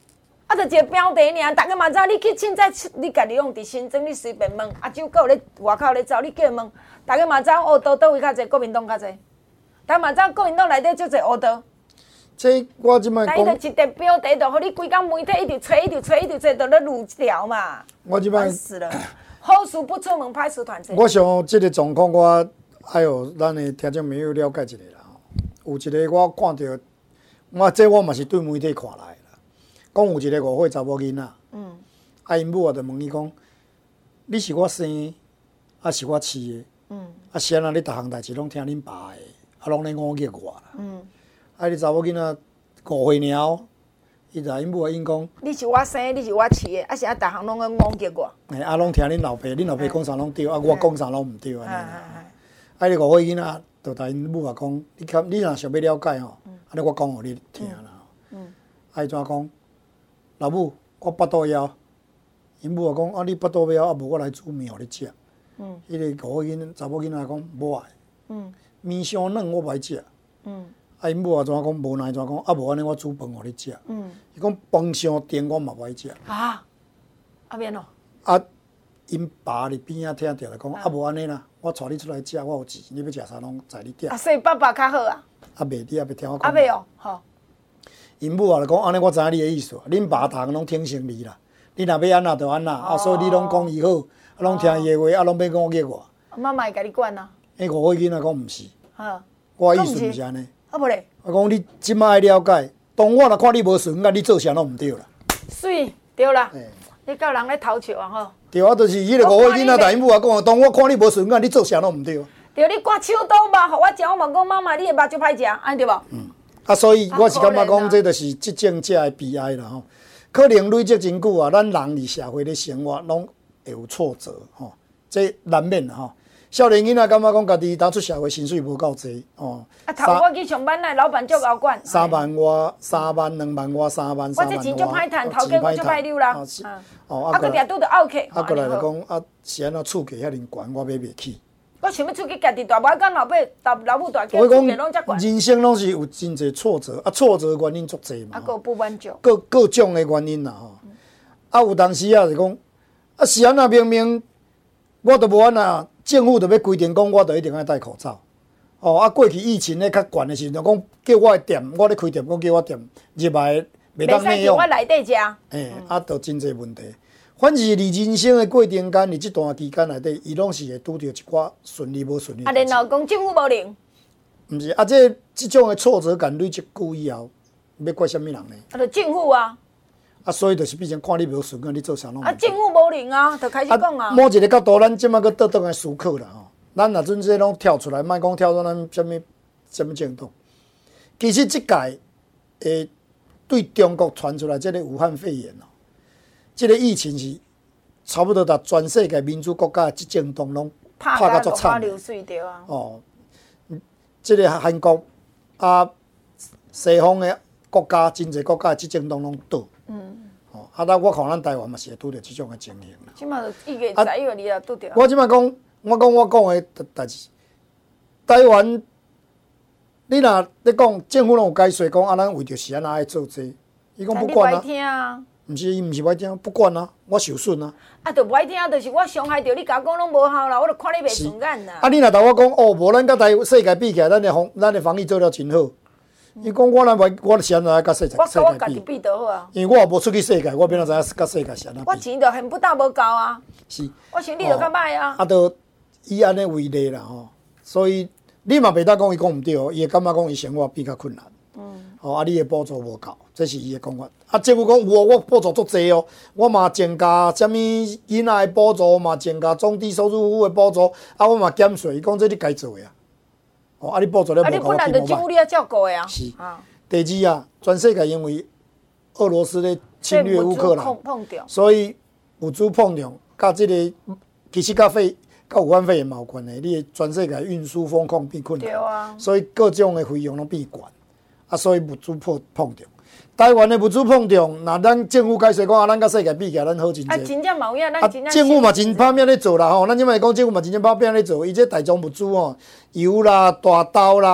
啊，就一个标题尔，大家嘛知道，你去凊彩，你家己用伫新庄，你随便问，啊，就有咧外口咧走，你叫伊问，大家嘛知道，乌道倒位较济，国民党较济，大家嘛知道，国民党内底足侪乌道。 这我即摆但伊讲， 就一个标题，就互你规工媒体一直吹，一直吹，一直吹，就咧录条嘛。 我即摆烦死了，好事不出门，歹事传千。 我想即个状况，我哎呦，咱的听众朋友了解一下啦。有一个我看到，我这我嘛是对媒体看来啦。讲有一个五岁查某囡仔，嗯，啊因母啊就问伊讲，你是我生的，啊是我饲的，嗯，啊是安那你逐项代志拢听恁爸的，啊拢咧忤逆我啦，嗯，啊你查某囡仔五岁尔，伊就因母啊因讲， 你是我生的，你是我饲的，啊是啊，逐项拢咧忤逆我。 嘿，啊拢听恁老爸，恁老爸讲啥拢对，啊我讲啥拢毋对安尼哎啦。 哎啊！你五岁囡仔就甲因母啊讲，你看你若想要了解吼，安尼我讲互你听啦。嗯。啊伊怎讲？老母，我腹肚枵。因母啊讲，啊你腹肚枵，啊无我来煮面互你食。嗯。迄个五岁囡查某囡仔讲无爱。嗯。面伤软，我无爱食。嗯。啊因母啊怎讲？无奈怎讲？啊无安尼我煮饭互你食。嗯。伊讲饭伤甜，我嘛无爱食。 啊？啊免咯。 啊。因爸伫边仔听着来讲，啊无安尼啦，我带你出来食，我有钱，你要食啥拢在你点。 啊，所以爸爸较好啊。 啊袂，你也袂听我讲。 啊袂哦，吼。 因母啊，就讲安尼，我知影你的意思。恁爸逐项拢听成你啦，你若要安那就安那，啊，所以你拢讲伊好，啊，拢听伊的话，啊，拢要讲给我。 妈妈会甲你管啊？ 迄五岁囡仔讲毋是， 哈， 我的意思毋是安尼。 啊无咧。 我讲你即摆爱了解，当我若看你无顺眼，你做啥拢毋对啦。 水对啦，你教人咧偷笑啊吼。 对啊，就是迄个五岁囡仔，但因母啊讲，当我看你无顺眼，你做啥拢毋对。 对，你刮手刀肉，互我食，我嘛讲妈妈，你的肉就歹食，安对无？嗯。 啊，所以我是感觉讲，这就是执政者的悲哀啦吼。可能累积真久啊，咱人伫社会咧生活，拢会有挫折吼，这难免啦吼。少年囡仔感觉讲家己当出社会薪水无够济哦。 啊，头我去上班，那老板足敖管。 三万外，三万，两万外，三万，三万外。 我这钱足歹趁，头家我足歹溜啦。哦，啊，佮定拄着拗客。 啊，过来就讲啊，是安怎厝价遐尼悬，我买袂起。 我想要出去家己大，无讲老爸、大老母大， 我讲拢人生拢是有真侪挫折，啊，挫折原因足侪嘛。 啊，佮不满足。 各各种的原因啦吼。啊，有当时啊是讲，啊是安那明明我都无安那。政府就要规定讲，我就一定要戴口罩。哦，啊，过去疫情咧较悬的时阵，讲叫我的店，我咧开店，讲叫我店入来袂当内用。 我内底食。 诶，啊，都真侪问题。反是伫人生的过程间，伫即段期间内底，伊拢是会拄着一寡顺利无顺利。 啊，然后讲政府无灵。 毋是，啊，这即种的挫折感累积久以后，要怪啥物人呢？ 啊，就政府啊。 啊，所以就是变成看你无顺眼，你做啥拢。 啊，政府无灵啊，就开始讲啊。 某一个角度，咱即摆搁倒转来思考啦吼。咱若阵这拢跳出来，莫讲跳到咱什物什物政党。其实即届诶，对中国传出来即个武汉肺炎哦，即个疫情是差不多达全世界民主国家的执政党拢拍甲足惨。哦，即个韩国啊，西方的国家真侪国家的执政党拢倒。嗯，哦，啊，那我看咱台湾嘛是会拄着即种的情形啦。 即马就一月十一月你也拄着。 我即马讲，我讲我讲的代志，台湾，你若咧讲政府拢有解说讲，啊，咱为着是安那爱做这，伊讲不管啊。毋是伊毋是歹听，不管啊，我受损啊。 啊，著歹听，就是我伤害着你，甲我讲拢无效啦，我著看你袂顺眼啦。 啊，你若甲我讲哦，无咱甲台世界比起来，咱的防咱的防疫做了真好。伊讲我咱我我是安怎甲世界世界比？ 比倒好啊！ 因为我也无出去世界，我变怎知影甲世界是安怎比？ 我钱著还不到无够啊！ 是。 我想你著较歹啊！ 啊，著以安尼为例啦吼，所以你嘛袂当讲伊讲毋对，伊会感觉讲伊生活比较困难。嗯。哦，啊，你的补助无够，这是伊的讲法。啊，政府讲有，我补助足济哦，我嘛增加啥物囡仔的补助，嘛增加中低收入户的补助，啊，我嘛减税。伊讲这你该做的啊。哦，啊，你补助了无够？啊， 你本来就政府你要照顾的啊。 是。啊。第二啊，全世界因为俄罗斯咧侵略乌克兰，所以物资碰撞，甲即个其实甲肺、甲武汉肺炎有关的，你全世界运输风控变困难，啊、所以各种的费用拢变悬，啊，所以物资碰碰撞。台湾的物资碰撞，那咱政府解说讲啊，咱甲世界比起来，咱好真济。 啊，真正嘛有影，咱真正。 政府嘛真拼命咧做啦吼，咱即摆讲政府嘛真正拼命咧做，伊这大宗物资哦，油啦、大豆啦、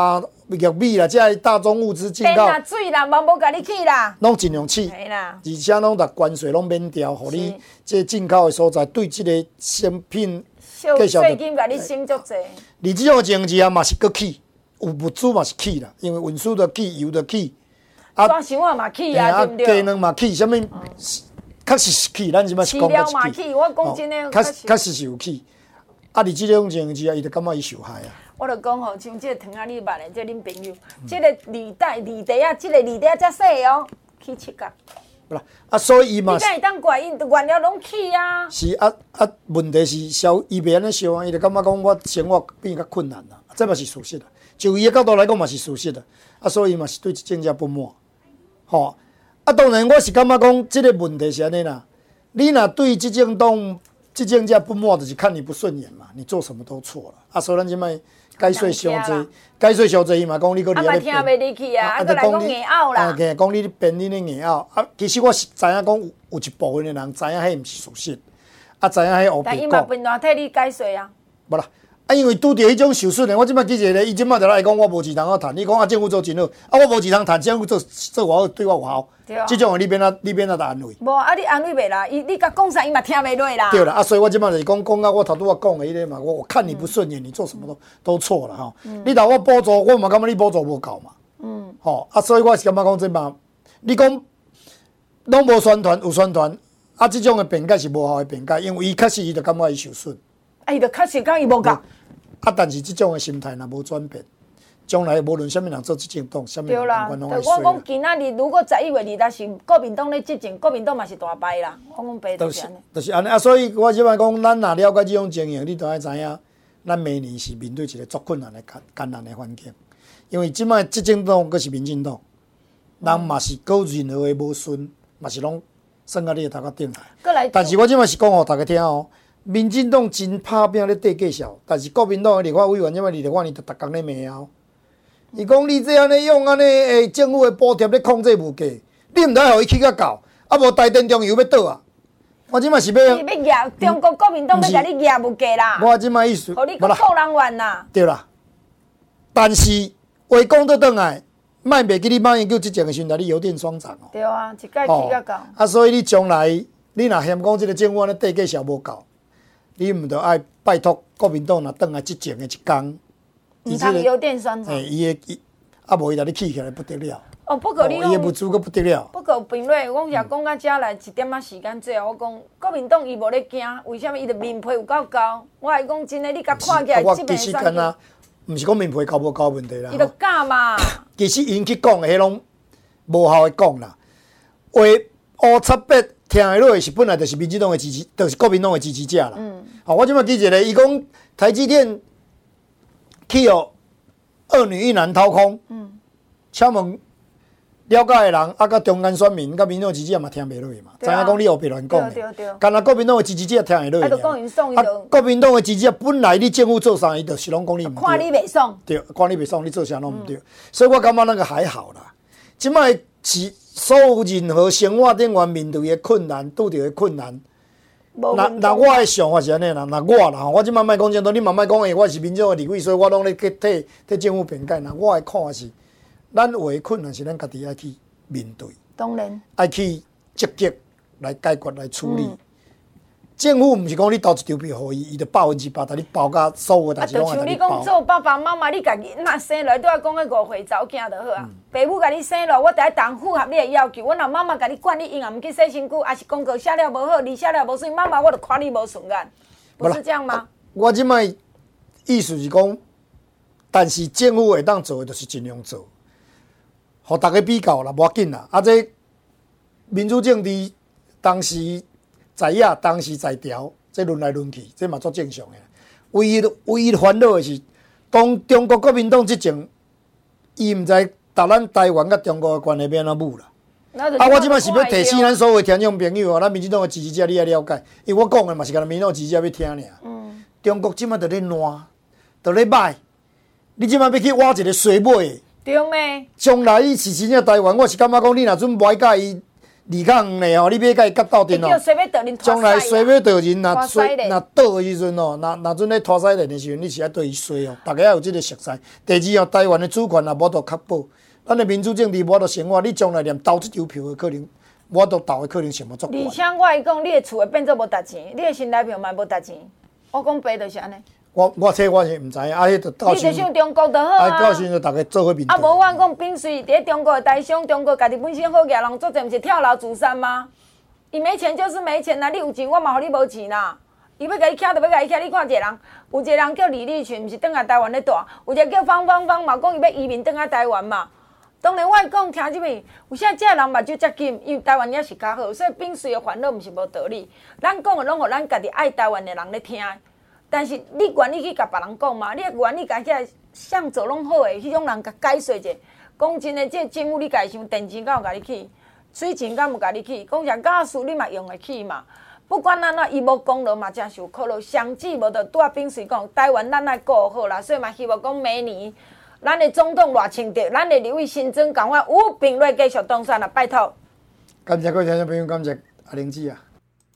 玉米啦，这大宗物资进口， 电啦、水啦，嘛无甲你去啦， 拢尽量去。 系啦， 而且拢把关税拢免掉，互你这进口的所在对这个产品税税金甲你省足济。 而这种情形啊，嘛是搁起，有物资嘛是起啦，因为运输的起，油的起， 啊，抓伤啊嘛起啊，对不对？ 鸡卵嘛起，什么？确实是起，咱即摆是讲饲料嘛起，我讲真诶， 确确实是有起。啊，而这种情形啊，伊就感觉伊受害啊。 我就讲吼，像这个糖仔你捌的，这恁朋友，这个履带、履带啊，这个履带遮细哦，起七角。 不啦，啊，所以伊嘛， 你敢会当怪伊原料拢起啊？ 是啊啊，问题是消伊袂安尼烧啊，伊就感觉讲我生活变较困难啦，这嘛是事实啦。就伊的角度来讲嘛是事实啦，啊，所以嘛是对这政策不满，吼、哦。啊，当然我是感觉讲这个问题是安尼啦，你若对执政党、执政者不满，就是看你不顺眼嘛，你做什么都错了。啊，所以咱即摆该税上济，该税上济，伊嘛讲你搁伫咧变。啊，嘛听袂入去啊，啊，搁来讲硬拗啦。 啊，讲你变你咧硬拗。啊，其实我是知影讲有有一部分的人知影迄毋是事实，啊，知影迄黑白讲。 但伊嘛变乱替你改税啊。 无啦。啊，因为拄着迄种受损的，我即摆记一个，伊即摆就来讲我无钱通好趁，你讲啊政府做真好，啊我无钱通趁，政府做做我好，对我有效，即种的你免啊你免啊安慰。 无啊，你安慰袂啦，伊你甲讲啥，伊嘛听袂落啦。 对啦，啊所以我即摆就是讲讲啊，我头拄我讲的迄个嘛，我我看你不顺眼，你做什么都都错了吼。嗯、你头我补助，我嘛感觉你补助无够嘛。嗯。吼、啊，所以我是感觉讲这嘛，你讲拢无宣传，有宣传，啊，即种的辩解是无效的辩解，因为伊确实伊就感觉伊受损。 啊，伊就确实讲伊无够。 啊，但是即种的心态若无转变，将来无论啥物人做执政党，啥物人党官拢会衰。 我讲今仔日如果十一月二十是国民党咧执政，国民党嘛是大败啦。我讲白就是安尼。 就是安尼啊，所以我即摆讲，咱若了解即种情形，你都爱知影，咱明年是面对一个足困难的艰艰难的环境，因为即摆执政党阁是民进党，人嘛是搁任何的无顺，嘛是拢算到你的头壳顶来。但是我即摆是讲互大家听哦。民进党真拍拼咧缀计数，但是国民党的立法委员即摆立法院就逐工咧骂哦。伊讲你这安尼用安尼诶，政府的补贴咧控制物价，你毋通互伊起较高，啊无台电中油要倒啊！我即摆是要。 你要压中国国民党要甲你压物价啦。 我即摆意思。 互你个扣人怨啦。 对啦，但是话讲倒转来，莫袂记你马英九执政的时阵，你油电双涨哦。 对啊，一届起较高。 啊，所以你将来你若嫌讲即个政府安尼缀计数无够。你毋着爱拜托国民党若转来执政的一天， 伊通油电双涨， 诶，伊的伊啊无伊来你起起来不得了。 哦，不过你讲， 伊的物资阁不得了。 不过评论，我若讲到遮来一点仔时间最后，我讲国民党伊无咧惊，为什么伊的民配有够高？我来讲真诶，你甲看起来这边选举，毋是讲民配高无高问题啦。 伊着假嘛。 其实因去讲的迄拢无效的讲啦，话乌七八。听得落是本来就是民进党的支持，就是国民党的支持者啦。嗯，好，我即摆记一个，伊讲台积电去哦二女一男掏空。嗯，请问了解的人啊，甲中间选民、甲民众支持者嘛听袂落去嘛？知影讲你胡白乱讲的，干那国民党的支持者听会落去。啊，国民党的支持者本来你政府做啥，伊就是拢讲你毋对。 看你袂爽。 对，看你袂爽，你做啥拢毋对。所以我感觉那个还好啦。即摆是。所有任何生活顶面面对的困难、拄着的困难，那那我的想法是安尼啦。那我啦，我即摆莫讲正多，你嘛莫讲诶，我是民众的立委，所以我拢咧去替替政府辩解。那我的看法是，咱有的困难是咱家己爱去面对， 当然爱去积极来解决、来处理。嗯、政府毋是讲你投一张票互伊，伊就百分之百，但你包甲所有代志拢爱甲你包。啊，就像你讲做爸爸妈妈，你家己若生落来，都要讲个五岁查某囝就好啊。爸母甲你生落，我得当符合你的要求。我若妈妈甲你管，你因也毋去洗身躯，还是功课写了无好，字写了无顺，妈妈我就看你无顺眼，不是这样吗？ 我即摆意思是讲，但是政府会当做的，就是尽量做，互大家比较啦，无要紧啦。啊，这民主政治当时。在野当时在调，这轮来轮去，这嘛足正常的。唯一唯一烦恼的是，当中国国民党执政，伊毋知达咱台湾甲中国的关系要安怎舞啦。啊，我即摆是要提醒咱所有听众朋友啊，咱民进党的支持者，你爱了解，因为我讲的嘛是甲咱民进党支持者要听尔。嗯。中国即摆在咧烂，在咧歹，你即摆要去挖一个水尾。 对咩？ 将来是真正台湾，我是感觉讲，你若准歪甲伊。 二杠五呢吼，你买甲伊夹斗阵哦， 水尾倒人将来水尾倒人，若拖水西咧若倒的时阵哦，若若阵咧拖西链的时阵，你是爱对伊水哦，大家要有即个熟悉。第二哦，台湾的主权也无得确保，咱的民主政治无得生活，你将来连投即张票的可能，无得投的可能性无足悬。 而且我会讲，你的厝会变做无值钱，你的身台票嘛无值钱。我讲白就是安尼。 我我这我是毋知影，啊，迄就到时你就想中国就好啊， 啊。 到时就大家做伙面对。 啊，无我讲丙水伫中国的台商，中国家己本身好个人，做者毋是跳楼自杀吗？伊没钱就是没钱啦，你有钱我嘛互你无钱啦。伊要甲你徛，就要甲你徛。你看一个人，有一个人叫李立群，毋是倒来台湾咧住；有一个叫方方方嘛，讲伊要移民倒来台湾嘛。当然，我会讲听即边，有啥这人目睭遮金，因为台湾也是较好，所以丙水的烦恼毋是无道理。咱讲的拢互咱家己爱台湾的人咧听。但是你愿意去甲别人讲嘛？你愿意甲遐向做拢好的迄种人甲解说者。讲真的，这个政府你家己想，电钱敢有甲你去？水钱敢有甲你去？讲啥假事你嘛用会起嘛？不管安怎，伊无功劳嘛，真受苦劳。上至无着拄仔丙水讲，台湾咱爱顾好啦，所以嘛希望讲明年咱的总统赖清德，咱的立委新增赶快有并来继续当选啦，拜托。 感谢各位听众朋友，感谢阿玲姐啊。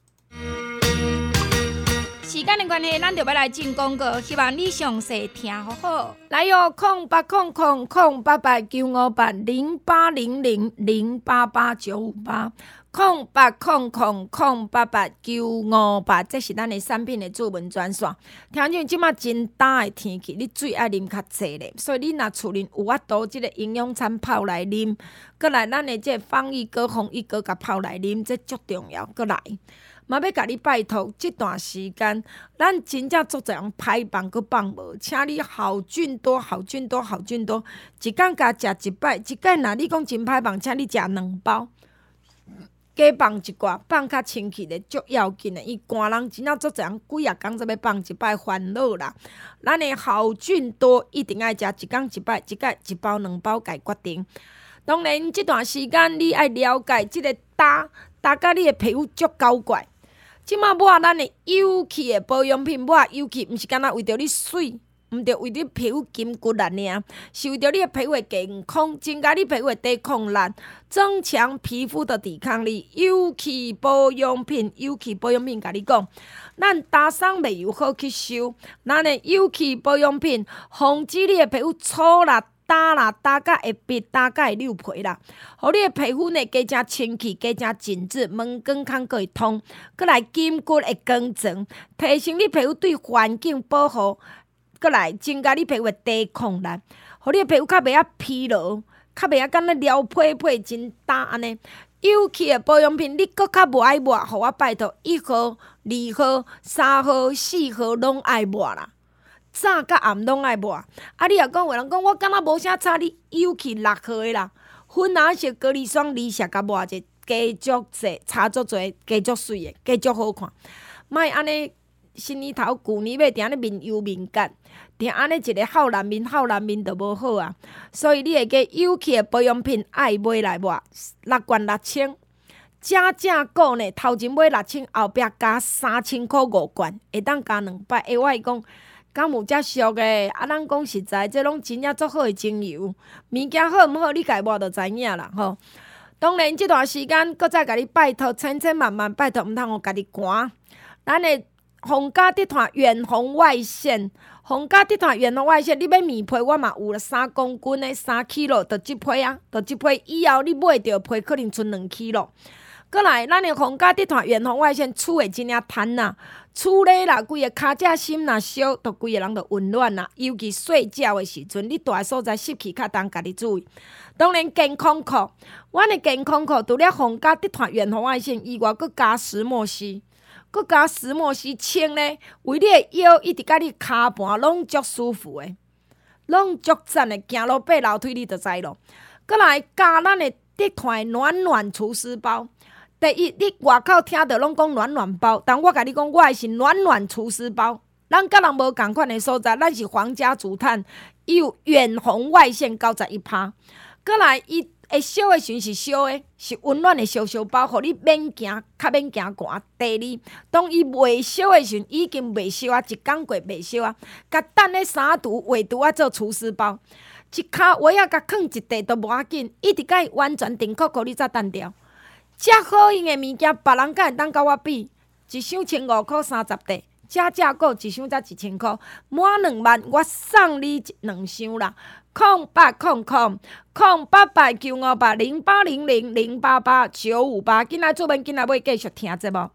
时间的关系，咱就要来进广告，希望你详细听好好。来哟，空八空空空八八九五八零八零零零八八九五八，空八空空空八八九五八，这是咱的产品的主文专线。听讲即马真大的天气，你水爱啉较济咧，所以你若厝里有法度即个营养餐泡来啉，过来咱的这防疫膏、防疫膏甲泡来啉，这足重要。过来。嘛要甲你拜托，这段时间咱真正足侪人排放佮放无，请你好菌多、好菌多、好菌多，一工加食一摆，一摆若你讲真排放，请你食两包，加放一寡，放较清气的足要紧的。伊寒人真正足侪人几啊工才要放一摆，烦恼啦。咱的好菌多一定爱食，一工一摆，一摆一包两包，家决定。当然，这段时间你爱了解即个打打甲你的皮肤足搞怪。即马抹咱的有气的保养品，抹有气，毋是干那为着你水，毋着为你皮肤筋骨力尔，是为着你的皮肤的健康，增加你皮肤的抵抗力，增强皮肤的抵抗力。有气保养品，有气保养品，甲你讲，咱打霜袂油好吸收，咱的有气保养品，防止你的皮肤粗啦。打啦，打甲会闭，打甲会溜皮啦，互你的皮肤呢加正清气，加正紧致，毛根孔个会通，搁来筋骨会更正，提升你皮肤对环境保护，搁来增加你皮肤的抵抗力，互你的皮肤较袂遐疲劳，较袂遐敢若撩皮皮真打安尼。有气的保养品，你搁较无爱抹，互我拜托，一号、二号、三号、四号拢爱抹啦。早甲暗拢爱抹，啊！你若讲有人讲我敢若无啥差，你有去六号的啦，粉红色隔离霜离石甲抹者，加足济，差足济，加足水的，加足好看。莫安尼新年头旧年尾定咧面油面干，定安尼一个好难面好难面就无好啊。所以你会记有气的保养品爱买来抹，六罐六千。正正购呢，头前买六千，后壁加三千块五罐，会当加两摆。诶，我会讲。敢有遮俗诶？啊，咱讲实在，这拢真正足好诶精油，物件好毋好，你家抹就知影啦吼。当然，这段时间，搁再甲你拜托，千千万万拜托，毋通互家己寒。咱诶皇家集团远红外线，皇家集团远红外线，你要棉被，我嘛有啦，三公斤诶，三 kilo， 就即批啊，就即批以后你买着被，可能剩两 kilo。过来，咱的皇家集团远红外线厝会真正摊呐，厝咧啦，规个骹只心若烧，都规个人就温暖啦。尤其睡觉的时阵，你住的所在湿气较重，家己注意。当然健康裤，阮的健康裤除了皇家集团远红外线以外，佮加石墨烯，佮加石墨烯穿咧，为你的腰一直甲你骹盘拢足舒服的，拢足赞的。行路爬楼梯你就知咯。过来加咱的集团暖暖除湿包。第一，你外口听到拢讲暖暖包，但我甲你讲，我的是暖暖除湿包。咱甲人无共款的所在，咱是皇家竹炭，伊有远红外线九十一趴。过来，伊会烧的时是烧的，是温暖的烧烧包，互你免惊，较免惊寒。第二，当伊未烧的时，已经未烧啊，一工过未烧啊，甲等咧三除画除啊做除湿包，一骹我要甲囥一地都无要紧，一直甲伊完全定扣扣，你才单掉。 遮好用的物件，别人敢会当甲我比？一箱千五块三十块，遮遮个一箱才一千块，满两万，我送你两箱啦！空八空空空八八九五八零八零零零八八九五八，今仔做文，今仔要继续听节目。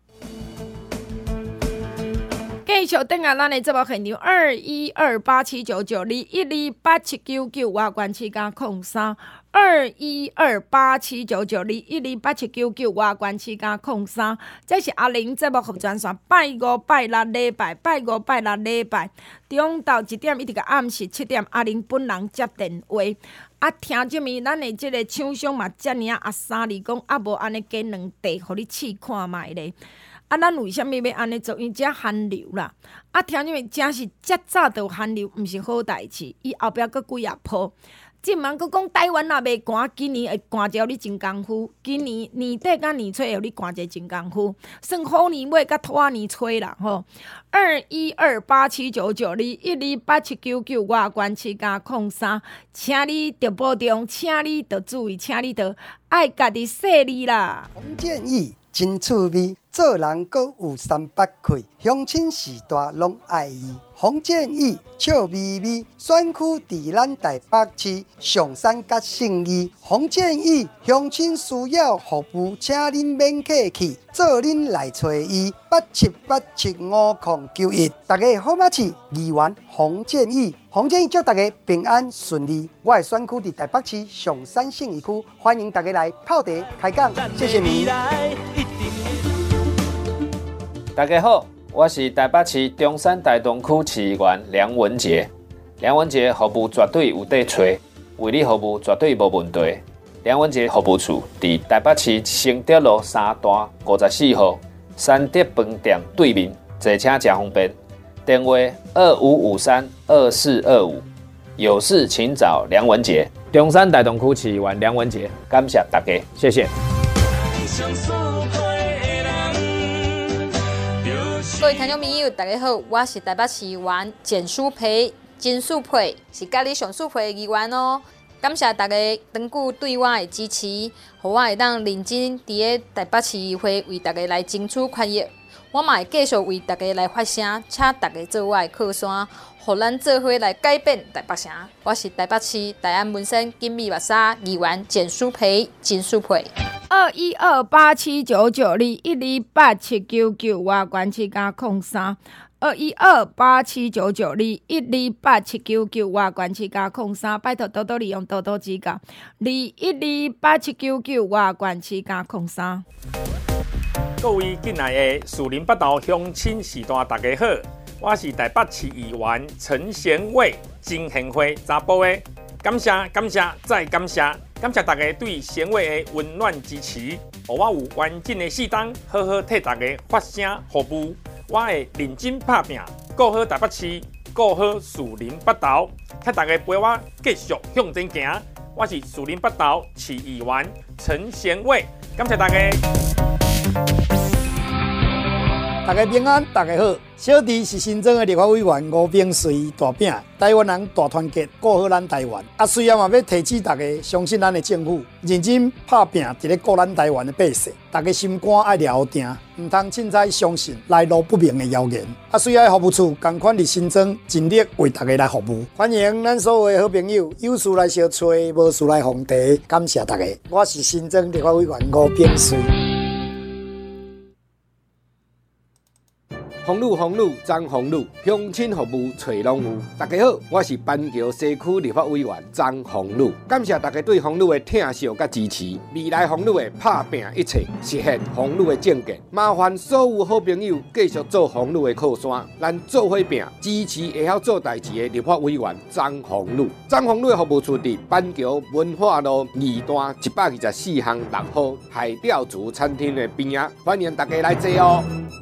继续等下咱的节目现场二一二八七九九二一二八七九九外关市加空三二一二八七九九二一二八七九九外关市加空三，这是阿玲节目服专线，拜五拜六礼拜，拜五拜六礼拜，中昼一点一直到暗时七点，阿玲本人接电话。啊，听这面咱的这个厂商嘛，遮尔啊三里讲，啊无安尼加两地，互你试看卖咧。啊，咱为虾米要安尼做？因遮寒流啦。啊，听这面真是遮早就寒流，毋是好代志。伊后壁佫几啊坡。即毋通佫讲台湾若袂寒，今年会寒者你真功夫。今年年底甲年初会你寒者真功夫，算好年尾甲拖年吹啦吼。二一二八七九九二一二八七九九外关市加空三，请你着保重，请你着注意，请你着爱家己细腻啦。 洪建义真趣味，做人阁有三八气，乡亲时代拢爱伊。洪建义笑眯眯，选区伫咱台北市上山甲信义。洪建义乡亲需要服务，请恁免客气，做恁来找伊。八七八七五零九一，大家好吗？是议员洪建义。洪建义祝大家平安顺利。我的选区伫台北市上山信义区，欢迎大家来泡茶开讲，谢谢你。 大家好，我是台北市中山大东区市议员梁文杰。梁文杰服务绝对有底找，为你服务绝对无问题。梁文杰服务处伫台北市承德路三段五十四号三德饭店对面，坐车真方便。电话二五五三二四二五，有事请找梁文杰。中山大东区市议员梁文杰，感谢大家，谢谢。 各位听众朋友，大家好，我是台北市议员简淑培，金淑培是家里上淑培的议员哦。感谢大家长久对我的支持，让我会当认真伫个台北市议会为大家来争取权益。我嘛会继续为大家来发声，请大家做我的靠山，互咱做伙来改变台北城。我是台北市大安民生金美目沙议员简淑培，金淑培。 二一二八七九九二一二八七九九外关市加空三，二一二八七九九二一二八七九九外关市加空三，拜托多多利用，多多指教。二一二八七九九外关市加空三。 各位进来的树林北道乡亲时代大家好，我是台北市议员陈贤伟，真贤惠查甫的，感谢感谢再感谢。感谢大家对贤伟的温暖支持，让我有完整的四档，好好替大家发声服务。我会认真打拼，顾好台北市，顾好树林北道，请大家陪我继续向前行。我是树林北道市议员陈贤伟，感谢大家。 大家平安，大家好。小弟是新增的立法委员吴炳瑞大饼，台湾人大团结，顾好咱台湾。啊，虽然嘛要提醒大家相信咱的政府，认真拍拼，伫咧顾咱台湾的百姓。大家心肝爱抓好定，唔通凊彩相信来路不明的谣言。啊，虽然服务处同款伫新增，尽力为大家来服务。欢迎咱所有的好朋友，有事来相找，无事来奉茶。感谢大家，我是新增立法委员吴炳瑞。 红路红路张红路，乡亲服务找拢有。大家好，我是板桥西区立法委员张红路，感谢大家对红路的疼惜甲支持。未来红路的拍拼一切，实现红路的政见。麻烦所有好朋友继续做红路的靠山，咱做伙拼，支持会晓做代志的立法委员张红路。张红路的服务处伫板桥文化路二段一百二十四巷六号海钓族餐厅的边啊，欢迎大家来坐哦。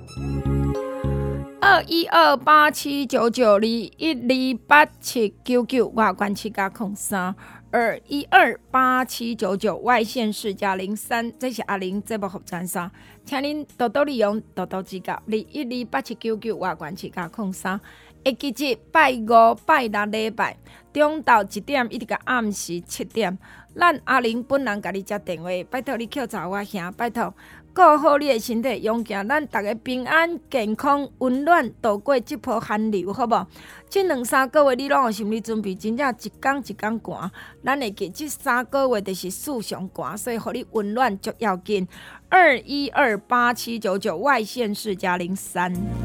二一二八七九九二一二八七九九外关市加空三， 二一二八七九九，外线是加零三，这是阿玲节目服装衫，请您多多利用，多多指教。二一二八七九九，外管七加空三。会记日拜五、拜六礼拜中昼一点一直到暗时七点，咱阿玲本人甲你接电话，拜托你扣查我兄，拜托顾好你的身体，用行咱大家平安健康、温暖度过这波寒流，好无？这两三个月你拢有心理准备，真正一天一天寒，咱会记这三个月就是四上寒，所以互你温暖足要紧。二一二八七九九，外线是加零三。